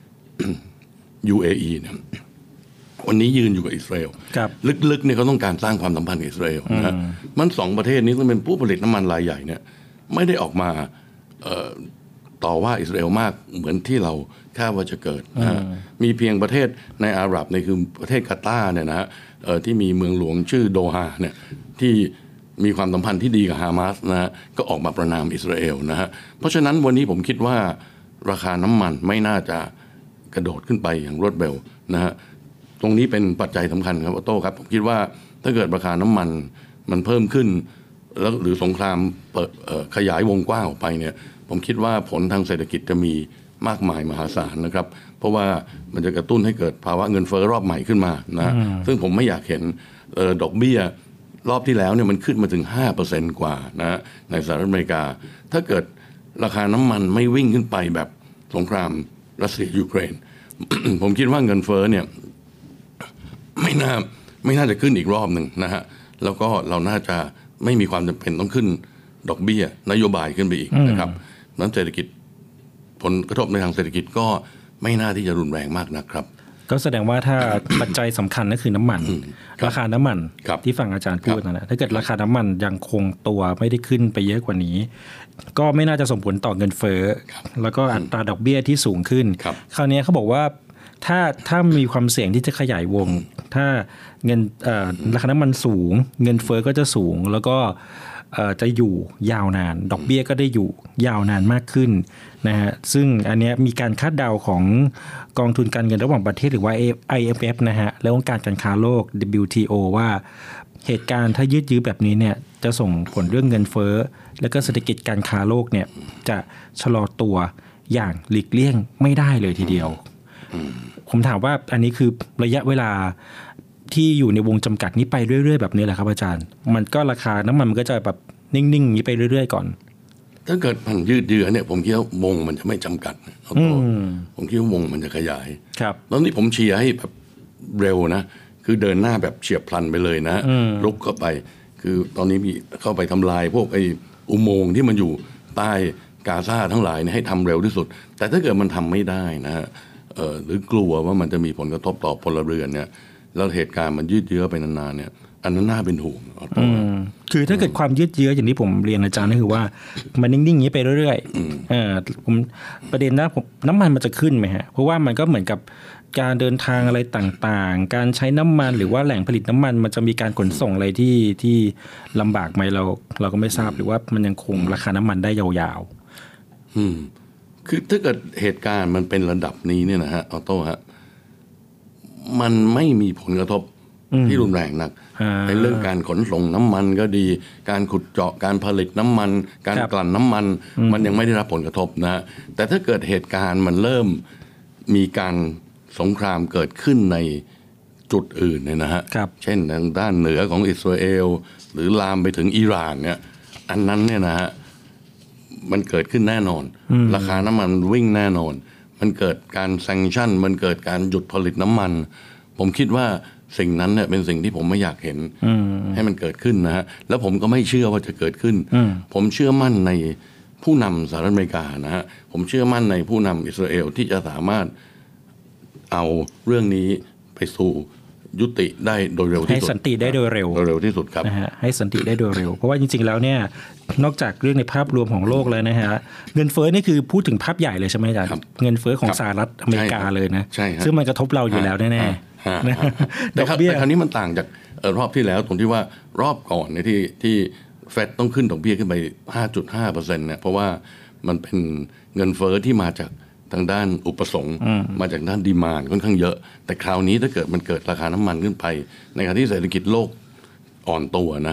UAE เนี่ยวันนี้ยืนอยู่กับอิสราเอลลึกๆเนี่ยเขาต้องการสร้างความสัมพันธ์กับอิสราเอลนะมันสองประเทศนี้ต้องเป็นผู้ผลิตน้ำมันรายใหญ่เนี่ยไม่ได้ออกมาต่อว่าอิสราเอลมากเหมือนที่เราคาดว่าจะเกิดนะมีเพียงประเทศในอาหรับในคือประเทศกาตาร์เนี่ยนะฮะที่มีเมืองหลวงชื่อโดฮาเนี่ยที่มีความสัมพันธ์ที่ดีกับฮามาสนะฮะก็ออกมาประณามอิสราเอลนะฮะเพราะฉะนั้นวันนี้ผมคิดว่าราคาน้ำมันไม่น่าจะกระโดดขึ้นไปอย่างรวดเร็วนะฮะตรงนี้เป็นปัจจัยสำคัญครับออโต้ครับผมคิดว่าถ้าเกิดราคาน้ำมันเพิ่มขึ้นแล้วหรือสงครามขยายวงกว้างออกไปเนี่ยผมคิดว่าผลทางเศรษฐกิจจะมีมากมายมหาศาลนะครับเพราะว่ามันจะกระตุ้นให้เกิดภาวะเงินเฟ้อรอบใหม่ขึ้นมานะซึ่งผมไม่อยากเห็นดอกเบี้ยรอบที่แล้วเนี่ยมันขึ้นมาถึง 5% กว่านะในสหรัฐอเมริกาถ้าเกิดราคาน้ำมันไม่วิ่งขึ้นไปแบบสงครามรัสเซียยูเครน ผมคิดว่าเงินเฟ้อเนี่ยไม่น่าจะขึ้นอีกรอบหนึ่งนะฮะแล้วก็เราน่าจะไม่มีความจำเป็นต้องขึ้นดอกเบี้ยนโยบายขึ้นไปอีกนะครับนั้นเศรษฐกิจผลกระทบในทางเศรษฐกิจก็ไม่น่าที่จะรุนแรงมากนะครับก็แสดงว่าถ้า ปัจจัยสำคัญก็คือน้ำมันราคาน้ำมันที่ฟังอาจารย์พูดนะถ้าเกิดราคาน้ำมันยังคงตัวไม่ได้ขึ้นไปเยอะกว่านี้ก็ไม่น่าจะส่งผลต่อเงินเฟ้อแล้วก็อัตราดอกเบี้ยที่สูงขึ้นคราวนี้เขาบอกว่าถ้ามีความเสี่ยงที่จะขยายวงถ้าเงินราคาน้ำมันสูงเงินเฟ้อก็จะสูงแล้วก็จะอยู่ยาวนานดอกเบี้ยก็ได้อยู่ยาวนานมากขึ้นนะฮะซึ่งอันนี้มีการคาดเดาของกองทุนการเงินระหว่างประเทศหรือว่า IMF นะฮะและองค์การการค้าโลก WTO ว่าเหตุการณ์ถ้ายืดเยื้อแบบนี้เนี่ยจะส่งผลเรื่องเงินเฟ้อและก็เศรษฐกิจการค้าโลกเนี่ยจะชะลอตัวอย่างหลีกเลี่ยงไม่ได้เลยทีเดียวผมถามว่าอันนี้คือระยะเวลาที่อยู่ในวงจำกัดนี้ไปเรื่อยๆแบบนี้แหละครับอาจารย์มันก็ราคาน้ำมันก็จะแบบนิ่งๆอย่างนี้ไปเรื่อยๆก่อนถ้าเกิดมันยืดเยื้อเนี่ยผมคิดว่าวงมันจะไม่จำกัดผมคิดว่าวงมันจะขยายแล้วนี่ผมเชียร์ให้แบบเร็วนะคือเดินหน้าแบบเฉียบพลันไปเลยนะลุกเข้าไปคือตอนนี้มีเข้าไปทำลายพวกไอ้อุโมงค์ที่มันอยู่ใต้กาซาทั้งหลายเนี่ยให้ทำเร็วที่สุดแต่ถ้าเกิดมันทำไม่ได้นะฮะหรือกลัวว่ามันจะมีผลกระทบต่อพลเรือนเนี่ยแล้วเหตุการณ์มันยืดเยื้อไปนานๆเนี่ยอันนั้นน่าเป็นห่วงคือถ้าเกิดความยืดเยื้ออย่างที่ผมเรียนอาจารย์ก็คือว่ามันนิ่งๆอย่างนี้ไปเรื่อยๆผมประเด็นน้ำมันมันจะขึ้นไหมฮะเพราะว่ามันก็เหมือนกับการเดินทางอะไรต่างๆการใช้น้ำมันหรือว่าแหล่งผลิตน้ำมันมันจะมีการขนส่งอะไรที่ลำบากไหมเราก็ไม่ทราบหรือว่ามันยังคงราคาน้ำมันได้ยาวๆคือถ้าเกิดเหตุการณ์มันเป็นระดับนี้เนี่ยนะฮะออโต้ฮะมันไม่มีผลกระทบที่รุนแรงนักในเรื่องการขนส่งน้ำมันก็ดีการขุดเจาะการผลิตน้ำมันการกลั่นน้ำมันมันยังไม่ได้รับผลกระทบนะแต่ถ้าเกิดเหตุการณ์มันเริ่มมีการสงครามเกิดขึ้นในจุดอื่นเนี่ยนะฮะเช่นทางด้านเหนือของอิสราเอลหรือลามไปถึงอิหร่านเนี่ยอันนั้นเนี่ยนะฮะมันเกิดขึ้นแน่นอนราคาน้ำมันวิ่งแน่นอนมันเกิดการแซงชั่นมันเกิดการหยุดผลิตน้ำมันผมคิดว่าสิ่งนั้นเนี่ยเป็นสิ่งที่ผมไม่อยากเห็นให้มันเกิดขึ้นนะฮะแล้วผมก็ไม่เชื่อว่าจะเกิดขึ้นผมเชื่อมั่นในผู้นำสหรัฐอเมริกานะฮะผมเชื่อมั่นในผู้นำอิสราเอลที่จะสามารถเอาเรื่องนี้ไปสู่ยุติได้โดยเร็วที่สุดให้สันติได้โดยเร็วที่สุดครับนะฮะให้สันติได้โดยเร็วเพราะว่าจริงๆแล้วเนี่ยนอกจากเรื่องในภาพรวมของโลกแล้วนะฮะเงินเฟ้อนี่คือพูดถึงภาพใหญ่เลยใช่ไหมอาจารย์เงินเฟ้อของสหรัฐอเมริกาเลยนะซึ่งมันกระทบเราอยู่แล้วแน่ๆแต่คราวนี้มันต่างจากรอบที่แล้วตรงที่ว่ารอบก่อนเนี่ยที่เฟดต้องขึ้นดอกเบี้ยขึ้นไป 5.5% เนี่ยเพราะว่ามันเป็นเงินเฟ้อที่มาจากทางด้านอุปสงค์มาจากด้านดีมานด์ค่อนข้างเยอะแต่คราวนี้ถ้าเกิดมันเกิดราคาน้ำมันขึ้นไปในขณะที่เศรษฐกิจโลกอ่อนตัวนะฮะ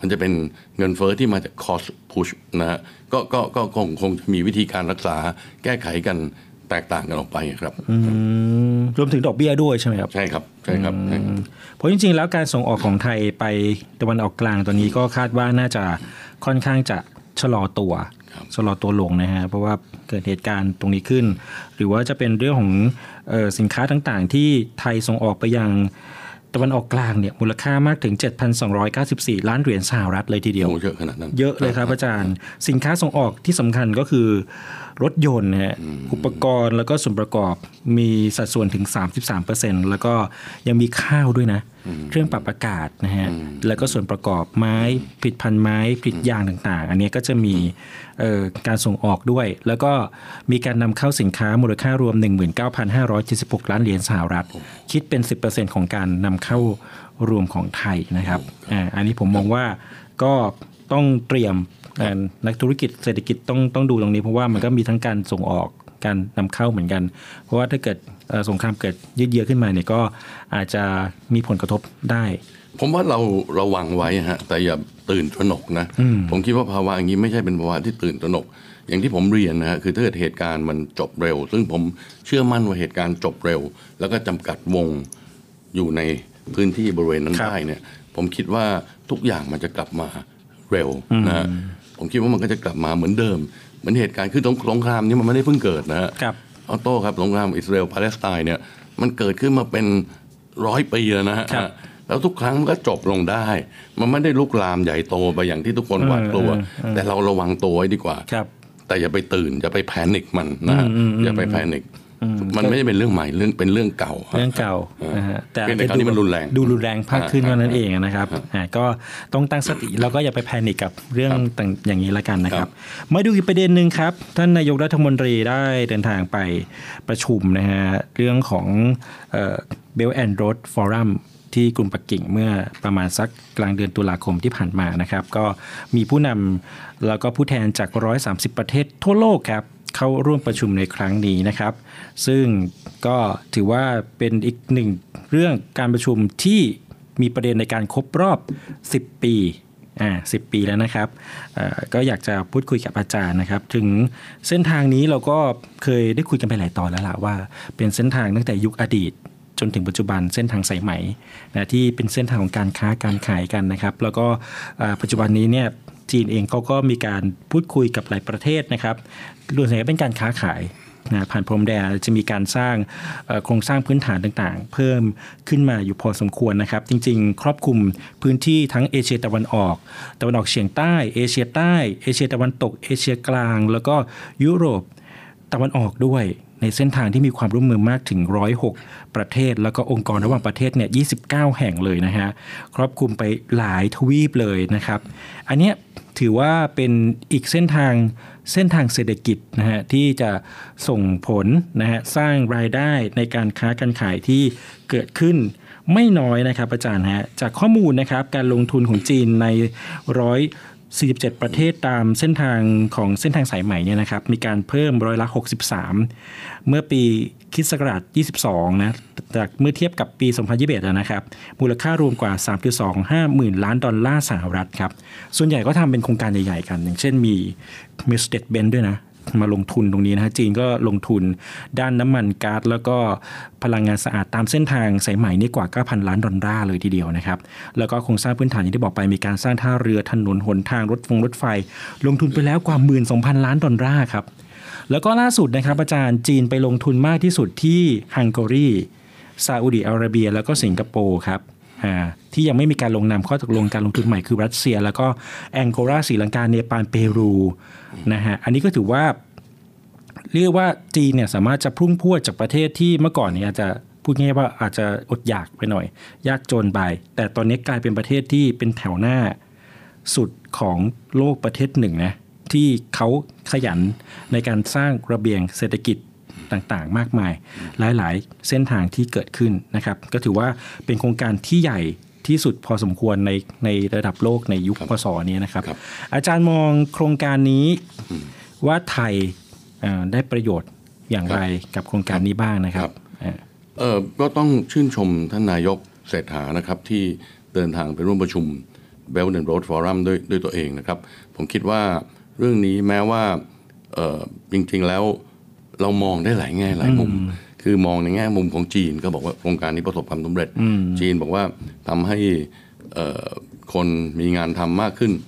มันจะเป็นเงินเฟ้อที่มาจาก cost push นะฮะก็คงมีวิธีการรักษาแก้ไขกันแตกต่างกันออกไปครับรวมถึงดอกเบี้ยด้วยใช่ไหมครับใช่ครับเพราะจริงๆแล้วการส่งออกของไทยไปตะวันออกกลางตอนนี้ก็คาดว่าน่าจะค่อนข้างจะชะลอตัวลงนะฮะเพราะว่าเกิดเหตุการณ์ตรงนี้ขึ้นหรือว่าจะเป็นเรื่องของสินค้าต่างๆที่ไทยส่งออกไปยังตะวันออกกลางเนี่ยมูลค่ามากถึง 7,294 ล้านเหรียญสหรัฐเลยทีเดียวเยอะขนาดนั้นเยอะเลยครับอาจารย์สินค้าส่งออกที่สำคัญก็คือรถยนต์นะฮะอุปกรณ์แล้วก็ส่วนประกอบมีสัดส่วนถึง 33% แล้วก็ยังมีข้าวด้วยนะเครื่องปรับอากาศนะฮะแล้วก็ส่วนประกอบไม้ผลิตภัณฑ์ไม้ผลิตยางต่างๆอันนี้ก็จะมีการส่งออกด้วยแล้วก็มีการนำเข้าสินค้ามูลค่ารวม 19,576 ล้านเหรียญสหรัฐคิดเป็น 10% ของการนำเข้ารวมของไทยนะครับอันนี้ผมมองว่าก็ต้องเตรียมนักธุรกิจเศรษฐกิจต้องดูตรงนี้เพราะว่ามันก็มีทั้งการส่งออกการนำเข้าเหมือนกันเพราะว่าถ้าเกิดสงครามเกิดยืดเยื้อขึ้นมาเนี่ยก็อาจจะมีผลกระทบได้ผมว่าเราระวังไว้ฮะแต่อย่าตื่นตระหนกนะผมคิดว่าภาวะอย่างนี้ไม่ใช่เป็นภาวะที่ตื่นตระหนกอย่างที่ผมเรียนนะฮะคือถ้าเกิดเหตุการณ์มันจบเร็วซึ่งผมเชื่อมั่นว่าเหตุการณ์จบเร็วแล้วก็จำกัดวงอยู่ในพื้นที่บริเวณนั้นได้เนี่ยผมคิดว่าทุกอย่างมันจะกลับมาเร็วนะผมคิดว่ามันก็จะกลับมาเหมือนเดิมเหมือนเหตุการณ์คือสงครามนี้มันไม่ได้เพิ่งเกิดนะฮะออโต้ครับสงครามอิสราเอลปาเลสไตน์เนี่ยมันเกิดขึ้นมาเป็น100 ปีแล้วนะฮะแล้วทุกครั้งมันก็จบลงได้มันไม่ได้ลุกลามใหญ่โตไปอย่างที่ทุกคนหวาดกลัวแต่เราระวังตัวไว้ดีกว่าแต่อย่าไปตื่นอย่าไปแพนิคมันนะอย่าไปแพนิคมันไม่ได้เป็นเรื่องใหม่เป็นเรื่องเก่านะฮะแต่คราวนี้มันรุนแรงดูรุนแรงมากขึ้นเท่านั้นเองนะครับก็ต้องตั้งสติแล้วก็อย่าไปแพนิคกับเรื่องต่างอย่างนี้ละกันนะครับมาดูอีกประเด็นนึงครับท่านนายกรัฐมนตรีได้เดินทางไปประชุมนะฮะเรื่องของBelt and Road Forumที่กรุงปักกิ่งเมื่อประมาณสักกลางเดือนตุลาคมที่ผ่านมานะครับก็มีผู้นำแล้วก็ผู้แทนจาก130ประเทศทั่วโลกครับเข้าร่วมประชุมในครั้งนี้นะครับซึ่งก็ถือว่าเป็นอีกหนึ่งเรื่องการประชุมที่มีประเด็นในการครบรอบ10 ปี10 ปีแล้วนะครับก็อยากจะพูดคุยกับอาจารย์นะครับถึงเส้นทางนี้เราก็เคยได้คุยกันไปหลายตอนแล้วล่ะว่าเป็นเส้นทางตั้งแต่ยุคอดีตจนถึงปัจจุบันเส้นทางสายไหมนะที่เป็นเส้นทางของการค้าการขายกันนะครับแล้วก็ปัจจุบันนี้เนี่ยจีนเองเขาก็มีการพูดคุยกับหลายประเทศนะครับส่วนใหญ่เป็นการค้าขายนะผ่านพรมแดนจะมีการสร้างโครงสร้างพื้นฐานต่างๆเพิ่มขึ้นมาอยู่พอสมควรนะครับจริงๆครอบคลุมพื้นที่ทั้งเอเชียตะวันออกเฉียงใต้เอเชียใต้เอเชียตะวันตกเอเชียกลางแล้วก็ยุโรปตะวันออกด้วยในเส้นทางที่มีความร่วมมือมากถึง106ประเทศแล้วก็องค์กรระหว่างประเทศเนี่ย29แห่งเลยนะฮะครอบคลุมไปหลายทวีปเลยนะครับอันนี้ถือว่าเป็นอีกเส้นทางเศรษฐกิจนะฮะที่จะส่งผลนะฮะสร้างรายได้ในการค้าการขายที่เกิดขึ้นไม่น้อยนะครับอาจารย์ฮะจากข้อมูลนะครับการลงทุนของจีนใน47ประเทศตามเส้นทางของเส้นทางสายไหมเนี่ยนะครับมีการเพิ่ม63%เมื่อปีค.ศ. 22นะจากเมื่อเทียบกับปี2021นะครับมูลค่ารวมกว่า 3.25 หมื่นล้านดอลลาร์สหรัฐครับส่วนใหญ่ก็ทำเป็นโครงการใหญ่ๆกันอย่างเช่นมี Mercedes-Benz ด้วยนะมาลงทุนตรงนี้นะฮะจีนก็ลงทุนด้านน้ำมันก๊าซแล้วก็พลังงานสะอาดตามเส้นทางสายไหมนี่กว่า 9,000 ล้านดอลลาร์เลยทีเดียวนะครับแล้วก็โครงสร้างพื้นฐานอย่างที่บอกไปมีการสร้างท่าเรือถนนหนทางรถไฟลงทุนไปแล้วกว่า 12,000 ล้านดอลลาร์ครับแล้วก็ล่าสุดนะครับอาจารย์จีนไปลงทุนมากที่สุดที่ฮังการีซาอุดิอาระเบียแล้วก็สิงคโปร์ครับที่ยังไม่มีการลงนามข้อตกลงการลงทุนใหม่คือรัสเซียแล้วก็แองโกลาศรีลังกาเนปาลเปรูนะฮะอันนี้ก็ถือว่าเรียกว่าจีนเนี่ยสามารถจะพุ่งพรวดจากประเทศที่เมื่อก่อนเนี่ยอาจจะพูดง่ายๆว่าอาจจะอดอยากไปหน่อยยากจนไปแต่ตอนนี้กลายเป็นประเทศที่เป็นแถวหน้าสุดของโลกประเทศหนึ่งนะที่เขาขยันในการสร้างระเบียงเศรษฐกิจต่างๆมากมายหลายๆเส้นทางที่เกิดขึ้นนะครับก็ถือว่าเป็นโครงการที่ใหญ่ที่สุดพอสมควรในระดับโลกในยุคพศนี้นะครับอาจารย์มองโครงการนี้ว่าไทยได้ประโยชน์อย่างไรกับโครงการนี้บ้างนะครับก็ต้องชื่นชมท่านนายกเศรษฐานะครับที่เดินทางไปร่วมประชุม Belt and Road Forum ด้วยตัวเองนะครับผมคิดว่าเรื่องนี้แม้ว่าจริงๆแล้วเรามองได้หลายแง่หลายมุมคือมองในแง่มุมของจีนก็บอกว่าโครงการนี้ประสบความสำเร็จจีนบอกว่าทำให้คนมีงานทำมากขึ้น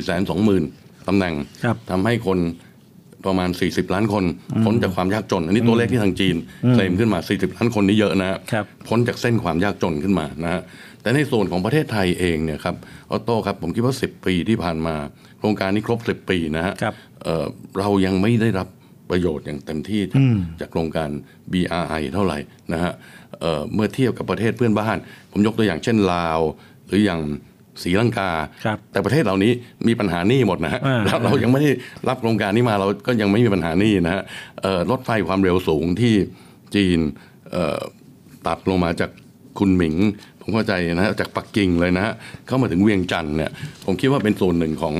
420,000 ตำแหน่งทำให้คนประมาณ40ล้านคนพ้นจากความยากจนอันนี้ตัวเลขที่ทางจีนเคลมขึ้นมา40ล้านคนนี้เยอะนะพ้นจากเส้นความยากจนขึ้นมานะแต่ในส่วนของประเทศไทยเองเนี่ยครับออโต้ครับผมคิดว่า10 ปีที่ผ่านมาโครงการนี้ครบ10 ปีนะฮะเรายังไม่ได้รับประโยชน์อย่างเต็มที่จากโครงการ BRI เท่าไหร่นะฮะเมื่อเทียบกับประเทศเพื่อนบ้านผมยกตัวอย่างเช่นลาวหรืออย่างศรีลังกาแต่ประเทศเหล่านี้มีปัญหาหนี้หมดนะฮะแล้วเรายังไม่ได้รับโครงการนี้มาเราก็ยังไม่มีปัญหาหนี้นะฮะรถไฟความเร็วสูงที่จีนตัดลงมาจากคุนหมิงผมเข้าใจนะจากปักกิ่งเลยนะฮะเข้ามาถึงเวียงจันทร์เนี่ยผมคิดว่าเป็นส่วนหนึ่งของ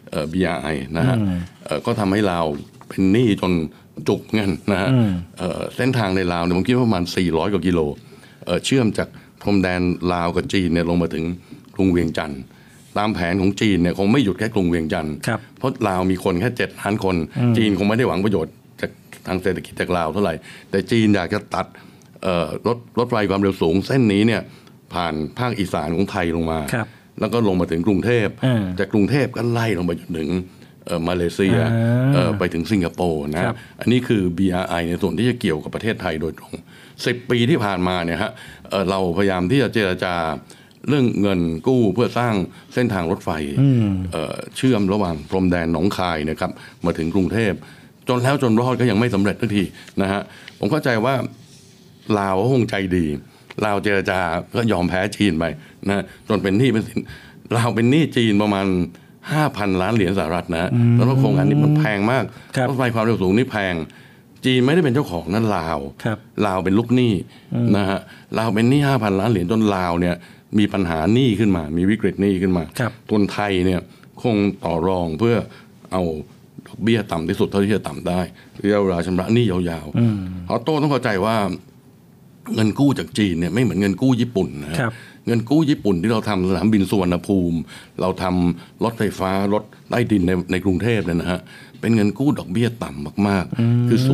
BRI นะฮะก็ทำให้เราเป็นหนี้จนจุกเงินนะฮะเส้นทางในลาวเนี่ยผมคิดว่าประมาณ400 กว่ากิโลเชื่อมจากพรมแดนลาวกับจีนเนี่ยลงมาถึงกรุงเวียงจันทร์ตามแผนของจีนเนี่ยคงไม่หยุดแค่กรุงเวียงจันทร์เพราะลาวมีคนแค่7 ล้านคนจีนคงไม่ได้หวังประโยชน์จากทางเศรษฐกิจจากลาวเท่าไหร่แต่จีนอยากจะตัดรถไฟความเร็วสูงเส้นนี้เนี่ยผ่านภาคอีสานของไทยลงมาแล้วก็ลงมาถึงกรุงเทพจากกรุงเทพก็ไล่ลงไปจนถึงมาเลเซียไปถึงสิงคโปร์นะอันนี้คือ BRI ในส่วนที่จะเกี่ยวกับประเทศไทยโดยตรง10 ปีที่ผ่านมาเนี่ยฮะเราพยายามที่จะเจรจาเรื่องเงินกู้เพื่อสร้างเส้นทางรถไฟเชื่อมระหว่างพรมแดนหนองคายนะครับมาถึงกรุงเทพจนแล้วจนรอดก็ยังไม่สำเร็จสักทีนะฮะผมเข้าใจว่าลาวคงใจดีลาวเจรจาก็ยอมแพ้จีนไปนะจนเป็นหนี้เป็นสินลาวเป็นหนี้จีนประมาณ 5,000 ล้านเหรียญสหรัฐนะแล้วโครงการนี้มันแพงมากรถไฟความเร็วสูงนี่แพงจีนไม่ได้เป็นเจ้าของนั่นลาวเป็นลูกหนี้นะฮะลาวเป็นหนี้ 5,000 ล้านเหรียญจนลาวเนี่ยมีปัญหาหนี้ขึ้นมามีวิกฤตหนี้ขึ้นมาคนไทยเนี่ยคงต่อรองเพื่อเอาดอกเบี้ยต่ำที่สุดเท่าที่จะต่ำได้ระยะเวลาชำระหนี้ยาวๆออโต้ต้องเข้าใจว่าเงินกู้จากจีนเนี่ยไม่เหมือนเงินกู้ญี่ปุ่นนะเงินกู้ญี่ปุ่นที่เราทำสนามบินสุวรรณภูมิเราทำรถไฟฟ้ารถใต้ดินในกรุงเทพเนี่ยนะฮะเป็นเงินกู้ดอกเบี้ยต่ำมากๆคือ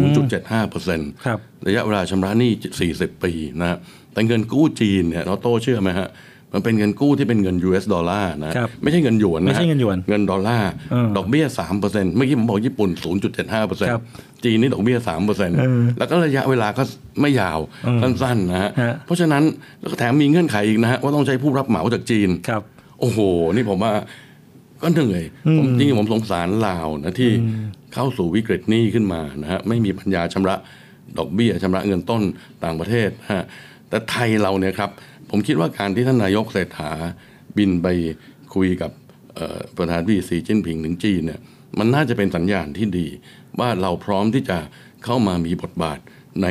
0.75% ระยะเวลาชำระหนี้40 ปีนะแต่เงินกู้จีนเนี่ยเราโตเชื่อไหมฮะมันเป็นเงินกู้ที่เป็นเงิน US ดอลลาร์นะไม่ใช่เงินหยวนนะเงินดอลลาร์ดอกเบี้ย 3% เมื่อกี้ผมบอกญี่ปุ่น 0.75% จีนนี่ดอกเบี้ย 3% แล้วก็ระยะเวลาก็ไม่ยาวสั้นๆนะฮะเพราะฉะนั้นแล้วก็แถมมีเงื่อนไขอีกนะฮะว่าต้องใช้ผู้รับเหมาจากจีนโอ้โหนี่ผมว่าก็เหนื่อยจริงๆผมสงสารลาวนะที่เข้าสู่วิกฤตหนี้ขึ้นมานะฮะไม่มีปัญญาชำระดอกเบี้ยชำระเงินต้นต่างประเทศฮะแต่ไทยเราเนี่ยครับผมคิดว่าการที่ท่านนายกเศรษฐาบินไปคุยกับประธานาธิบดีสีจิ้นผิงถึงจีนเนี่ยมันน่าจะเป็นสัญญาณที่ดีว่าเราพร้อมที่จะเข้ามามีบทบาทใน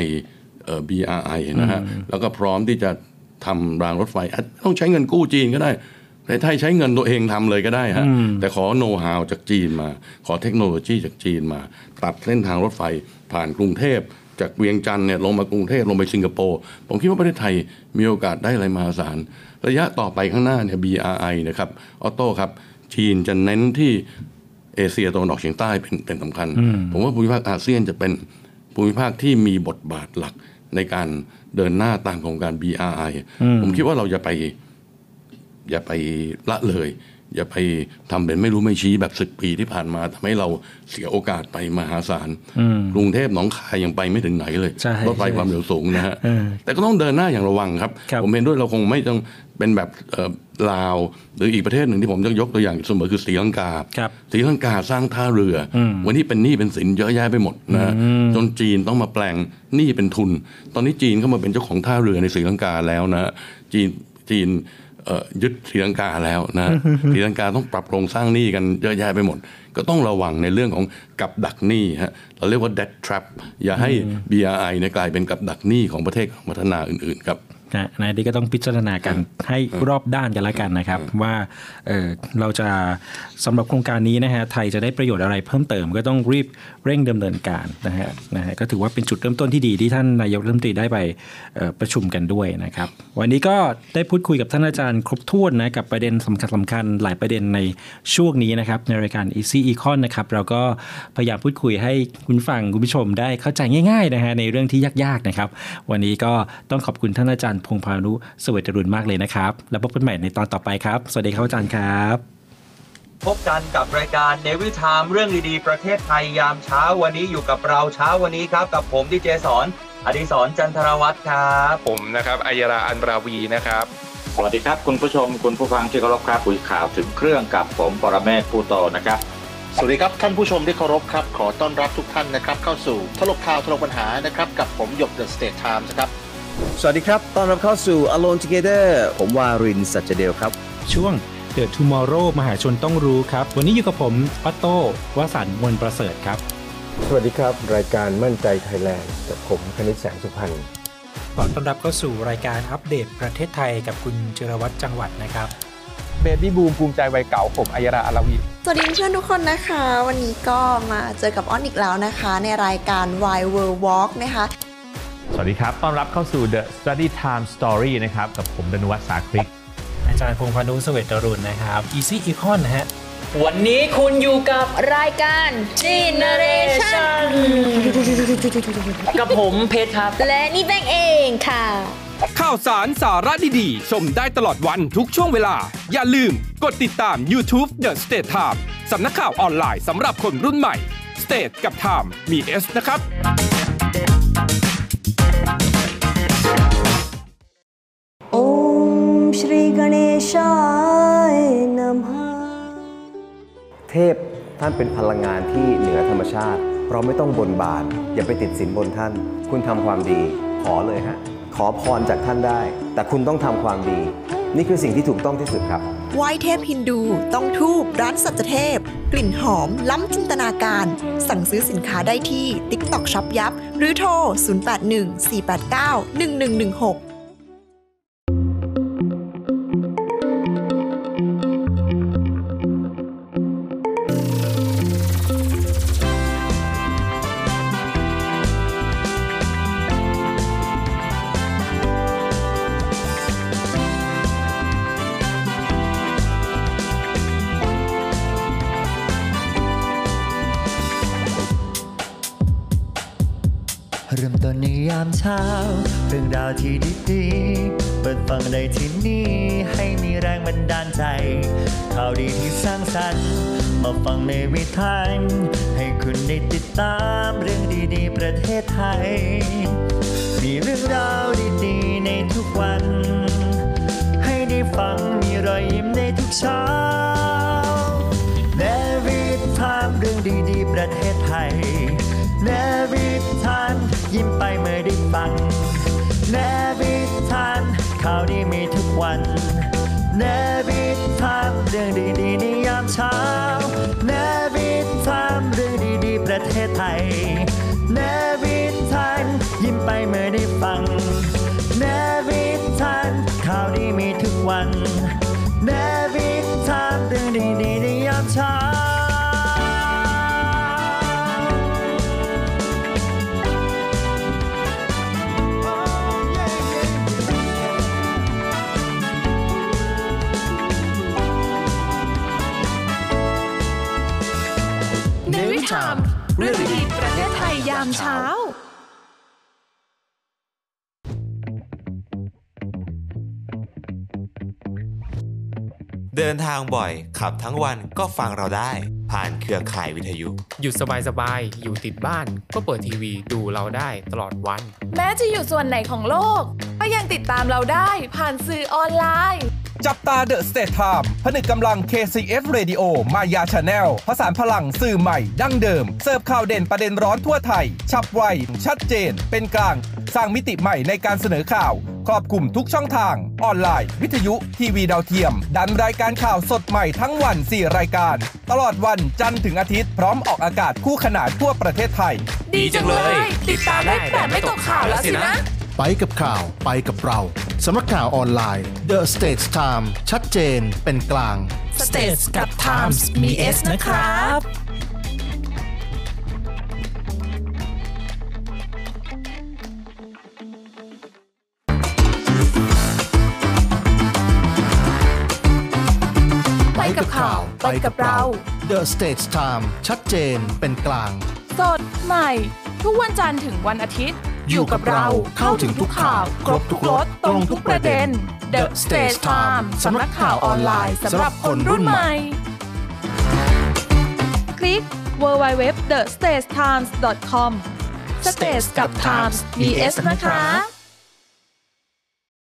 BRI นะฮะแล้วก็พร้อมที่จะทำรางรถไฟต้องใช้เงินกู้จีนก็ได้ในไทยใช้เงินตัวเองทำเลยก็ได้ฮะแต่ขอโน้ตฮาวจากจีนมาขอเทคโนโลยีจากจีนมาตัดเส้นทางรถไฟผ่านกรุงเทพจากเวียงจันทร์เนี่ยลงมากรุงเทพลงไปสิงคโปร์ผมคิดว่าประเทศไทยมีโอกาสได้อะไรมหาศาลระยะต่อไปข้างหน้าเนี่ย BRI นะครับออโต้ครับจีนจะเน้นที่เอเชียตะวันออกเฉียงใต้เป็นสำคัญผมว่าภูมิภาคอาเซียนจะเป็นภูมิภาคที่มีบทบาทหลักในการเดินหน้าตามโครงการ BRI ผมคิดว่าเราอย่าไปละเลยอย่าไปทำเป็นไม่รู้ไม่ชี้แบบ10 ปีที่ผ่านมาทำให้เราเสียโอกาสไปมหาศาลกรุงเทพหนองคายยังไปไม่ถึงไหนเลยรถไฟความเร็วสูงนะฮะแต่ก็ต้องเดินหน้าอย่างระวังครับผมเห็นด้วยเราคงไม่ต้องเป็นแบบลาวหรืออีกประเทศหนึ่งที่ผมจะยกตัวอย่างเสมอคือศรีลังกาศรีลังกาสร้างท่าเรือวันนี้เป็นหนี้เป็นสินเยอะแยะไปหมดนะจนจีนต้องมาแปลงหนี้เป็นทุนตอนนี้จีนก็มาเป็นเจ้าของท่าเรือในศรีลังกาแล้วนะจีนยึดศรีลังกาแล้วนะศรีลังกาต้องปรับโครงสร้างหนี้กันเยอะแยะไปหมดก็ต้องระวังในเรื่องของกับดักหนี้ฮะเราเรียกว่า debt trap อย่าให้ BRI เนี่ยกลายเป็นกับดักหนี้ของประเทศพัฒนาอื่นๆครับนายดีก็ต้องพิจารณากันให้รอบด้านกันแล้วกันนะครับว่าเราจะสำหรับโครงการนี้นะฮะไทยจะได้ประโยชน์อะไรเพิ่มเติมก็ต้องรีบเร่งดำเนินการนะฮะก็ถือว่าเป็นจุดเริ่มต้นที่ดีที่ท่านนายกรัฐมนตรีได้ไปประชุมกันด้วยนะครับวันนี้ก็ได้พูดคุยกับท่านอาจารย์ครบถ้วนนะกับประเด็นสำคัญหลายประเด็นในช่วงนี้นะครับในรายการ Easy Econ นะครับเราก็พยายามพูดคุยให้คุณผู้ชมได้เข้าใจง่ายๆนะฮะในเรื่องที่ยากๆนะครับวันนี้ก็ต้องขอบคุณท่านอาจารย์พงษ์พานุเสวตรุณมากเลยนะครับแล้วพบกันใหม่ในตอนต่อไปครับสวัสดีครับอาจารย์ครับพบกันกับรายการ Navy Time เรื่องดีๆประเทศไทยยามเช้าวันนี้อยู่กับเราเช้าวันนี้ครับกับผมดีเจสอนอดิศรจันทรวัฒน์ครับผมนะครับอัยราอันบราวีนะครับสวัสดีครับคุณผู้ชมคุณผู้ฟังที่เคารพครับคุยข่าวถึงเครื่องกับผมปรเมศผู้โตนะครับสวัสดีครับท่านผู้ชมที่เคารพครับขอต้อนรับทุกท่านนะครับเข้าสู่ถลกข่าวถลกปัญหานะครับกับผมหยก The State Times ครับสวัสดีครับต้อนรับเข้าสู่ Alone Together ผมวารินทร์ สัจเดลครับช่วง The Tomorrow มหาชนต้องรู้ครับวันนี้อยู่กับผมปัตโต้วสันต์ มนประเสริฐครับสวัสดีครับรายการมั่นใจไทยแลนด์กับผมคณิตแสงสุพรรณขอต้อนรับเข้าสู่รายการอัปเดตประเทศไทยกับคุณจิรวัตรจังหวัดนะครับเบบี้บูมภูมิใจวัยเก่าผมอัยราอาราวีสวัสดีเพื่อนทุกคนนะคะวันนี้ก็มาเจอกับอ้อนอีกแล้วนะคะในรายการ Why World Walk นะคะสวัสดีครับต้อนรับเข้าสู่ The Study Time Story นะครับกับผมดนุวัฒน์สาคริกอาจารย์พงษ์พานุเสวตรุณนะครับ Easy Econ นะฮะวันนี้คุณอยู่กับรายการ Generation กับผมเพชรครับและนี่แบงเองค่ะข่าวสารสาระดีๆชมได้ตลอดวันทุกช่วงเวลาอย่าลืมกดติดตาม YouTube The State Time สำนักข่าวออนไลน์สำหรับคนรุ่นใหม่ State กับ Time มี S นะครับโอมชรีกเนชายนะมหาเทพท่านเป็นพลังงานที่เหนือธรรมชาติเราไม่ต้องบนบานอย่าไปติดสินบนท่านคุณทำความดีขอเลยฮะขอพรจากท่านได้แต่คุณต้องทำความดีนี่คือสิ่งที่ถูกต้องที่สุดครับไหว้เทพฮินดูต้องธูปร้านสัจเทพกลิ่นหอมล้ำจินตนาการสั่งซื้อสินค้าได้ที่ TikTok ช็อปยับหรือโทร 0814891116 เริ่มต้นในยามเช้าเรื่องราวที่ดีๆเปิดฟังได้ที่นี่ให้มีแรงบันดาลใจข่าวดีที่สร้างสรรค์มาฟังในวิถีให้คุณได้ติดตามเรื่องดีๆประเทศไทยมีเรื่องราวดีๆในทุกวันให้ได้ฟังมีรอยยิ้มในทุกเช้าในวิถีเรื่องดีๆประเทศไทยเนวิทานยิ้มไปเมื่อได้ฟังเนวิทานข่าวดีมีทุกวันเนวิทานเรื่องดีๆในยามเช้าเนวิทานเรื่องดีๆประเทศไทยเนวิทานยิ้มไปเมื่อได้ฟังเนวิทานข่าวดีมีทุกวันเนวิทานเรื่องดีๆในยามเช้าเรื่องดีๆประเทศไทยยามเช้าเดินทางบ่อยขับทั้งวันก็ฟังเราได้ผ่านเครือข่ายวิทยุหยุดสบายๆอยู่ติดบ้านก็เปิดทีวีดูเราได้ตลอดวันแม้จะอยู่ส่วนไหนของโลกก็ยังติดตามเราได้ผ่านสื่อออนไลน์จับตา The State Time ผนึกกำลัง KCF Radio มายา Channel ผสานพลังสื่อใหม่ดั้งเดิมเสิร์ฟข่าวเด่นประเด็นร้อนทั่วไทยฉับไวชัดเจนเป็นกลางสร้างมิติใหม่ในการเสนอข่าวครอบคลุมทุกช่องทางออนไลน์วิทยุทีวีดาวเทียมดันรายการข่าวสดใหม่ทั้งวัน4รายการตลอดวันจันทร์ถึงอาทิตย์พร้อมออกอากาศคู่ขนานทั่วประเทศไทยดีจังเลยติดตามได้แต่ไม่ตกข่าวแล้วสินะไปกับข่าวไปกับเราสำนักข่าวออนไลน์ The States Time ชัดเจนเป็นกลาง States กับ Times มี S นะครับไปกับข่าวไปกับเรา The States Time ชัดเจนเป็นกลางสดใหม่ทุกวันจันทร์ถึงวันอาทิตย์อยู่กับเราเข้าถึงทุกข่าวครบทุกรสตรงทุกประเด็น The States Time สำนักข่าวออนไลน์สำหรับคนรุ่นใหม่คลิก www.thestatestimes.com States กับ Times มี S นะคะ